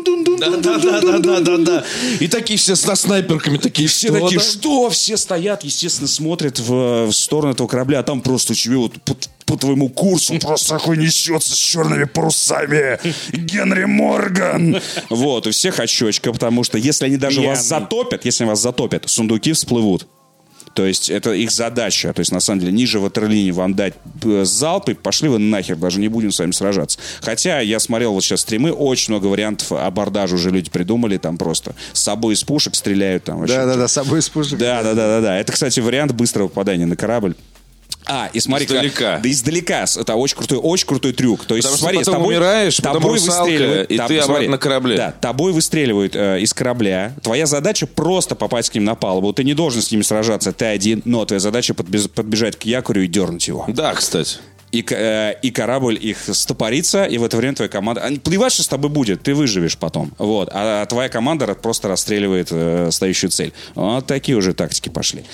Да-да-да-да-да-да. И такие все со снайперками такие, все что, такие, да? что? Все стоят, естественно, смотрят в, в сторону этого корабля, а там просто тебе вот по, по твоему курсу просто такой несется с черными парусами. Генри Морган. Вот, у всех очечка, потому что если они даже вас затопят, если вас затопят, сундуки всплывут. То есть это их задача. То есть на самом деле ниже ватерлинии вам дать залп, и пошли вы нахер, даже не будем с вами сражаться. Хотя я смотрел вот сейчас стримы, очень много вариантов абордажа уже люди придумали, там просто с собой из пушек стреляют. Там, да-да-да, с собой из пушек. Да-да-да. Это, кстати, вариант быстрого попадания на корабль. А, и смотри, издалека. Как, да издалека. Это очень крутой, очень крутой трюк. То есть, Потому смотри, что потом с тобой, умираешь, потом тобой русалка, выстреливают, и да, ты смотри, обратно на корабле. Да, тобой выстреливают э, из корабля. Твоя задача просто попасть к ним на палубу. Ты не должен с ними сражаться, ты один, но твоя задача подбежать к якорю и дернуть его. Да, кстати. и, э, и корабль их стопорится, и в это время твоя команда... А, плевать, что с тобой будет, ты выживешь потом. Вот. А твоя команда просто расстреливает э, стоящую цель. Вот такие уже тактики пошли.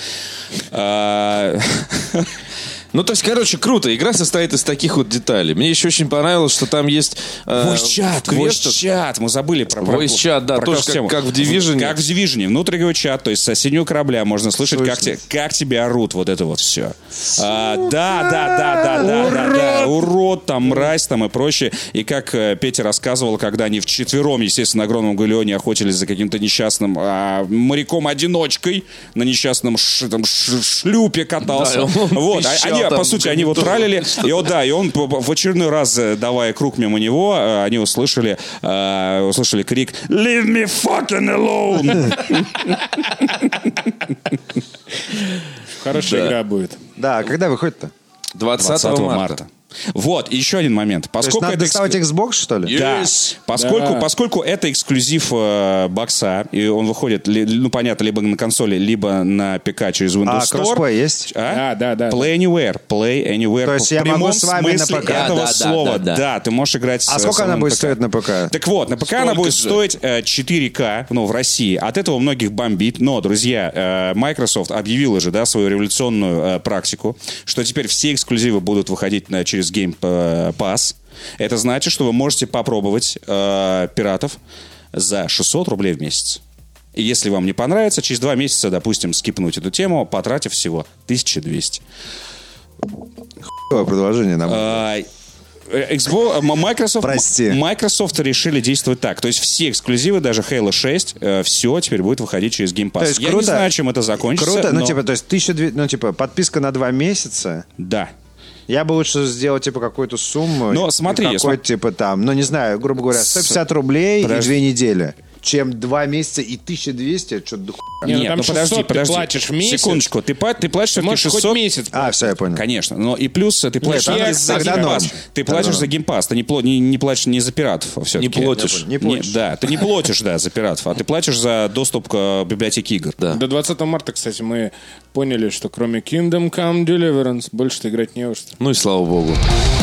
Ну, то есть, короче, круто. Игра состоит из таких вот деталей. Мне еще очень понравилось, что там есть... Э, Voice-чат, Voice-чат. Мы забыли про... Voice-чат, да, тоже как, как в Division. Как в Division. Внутренний чат, то есть с соседнего корабля можно слышать, как, те, как тебе орут. Вот это вот все. А, да, да, да, да, да, да, да. Урод, там, мразь, там и прочее. И как э, Петя рассказывал, когда они вчетвером, естественно, на огромном галеоне охотились за каким-то несчастным а, моряком-одиночкой, на несчастном ш, там, ш, шлюпе катался. Да, вот, они, по сути, они его тралили. И, вот, да, и он в очередной раз, давая круг мимо него, они услышали, э, услышали крик «Leave me fucking alone!» Хорошая игра будет. Да, а когда выходит-то? двадцатого марта. Вот, и еще один момент. Поскольку То есть надо это доставать Xbox, что ли? Да, Yes. поскольку, Да. поскольку это эксклюзив э, бокса, и он выходит, ли- ну, понятно, либо на консоли, либо на ПК через Windows А, Store. кроссплей есть? А? Да, да, да. Play Anywhere. Play Anywhere. То есть в я могу прямом с вами на смысле ПК? этого Да, да, слова. да, да. ты можешь играть А с сколько она самым будет ПК. стоить на ПК? Так вот, на ПК она Столько будет же. стоить э, четыре ка, ну, в России. От этого многих бомбит. Но, друзья, э, Microsoft объявила же, да, свою революционную э, практику, что теперь все эксклюзивы будут выходить на, через Game Pass. Это значит, что вы можете попробовать э, пиратов за шестьсот рублей в месяц. И если вам не понравится, через два месяца, допустим, скипнуть эту тему, потратив всего тысяча двести. Какое предложение нам? А, Xbox, а, Microsoft, Прости. Microsoft решили действовать так. То есть все эксклюзивы, даже Halo шесть, э, все теперь будет выходить через Game Pass. То есть Я круто, не знаю, чем это закончится. Круто, ну но- типа, то есть тысяча две, ну типа подписка на два месяца. Да. Я бы лучше сделал типа какую-то сумму. Но смотри, какой см- типа там, ну не знаю, грубо говоря, сто пятьдесят рублей Подожди. и две недели. Чем два месяца и тысяча двести, что-то до хуя. Не, ну Нет, там ну подожди, шестьсот ты подожди. платишь в месяц. Секундочку, ты, пла- ты платишь Ты все-таки можешь шестьсот... хоть месяц. А, все, я понял. Конечно. Но и плюс ты платишь тогда- не за тогда Game норм. Pass. Ты Тогда платишь норм. за Game Pass. Ты не, пла- не, не платишь не за пиратов все-таки. Не платишь. Не платишь. Да, ты не платишь, да, за пиратов, а ты платишь за доступ к э, библиотеке игр. Да. До двадцатого марта, кстати, мы поняли, что кроме Kingdom Come Deliverance больше ты играть не во что. Ну и слава богу.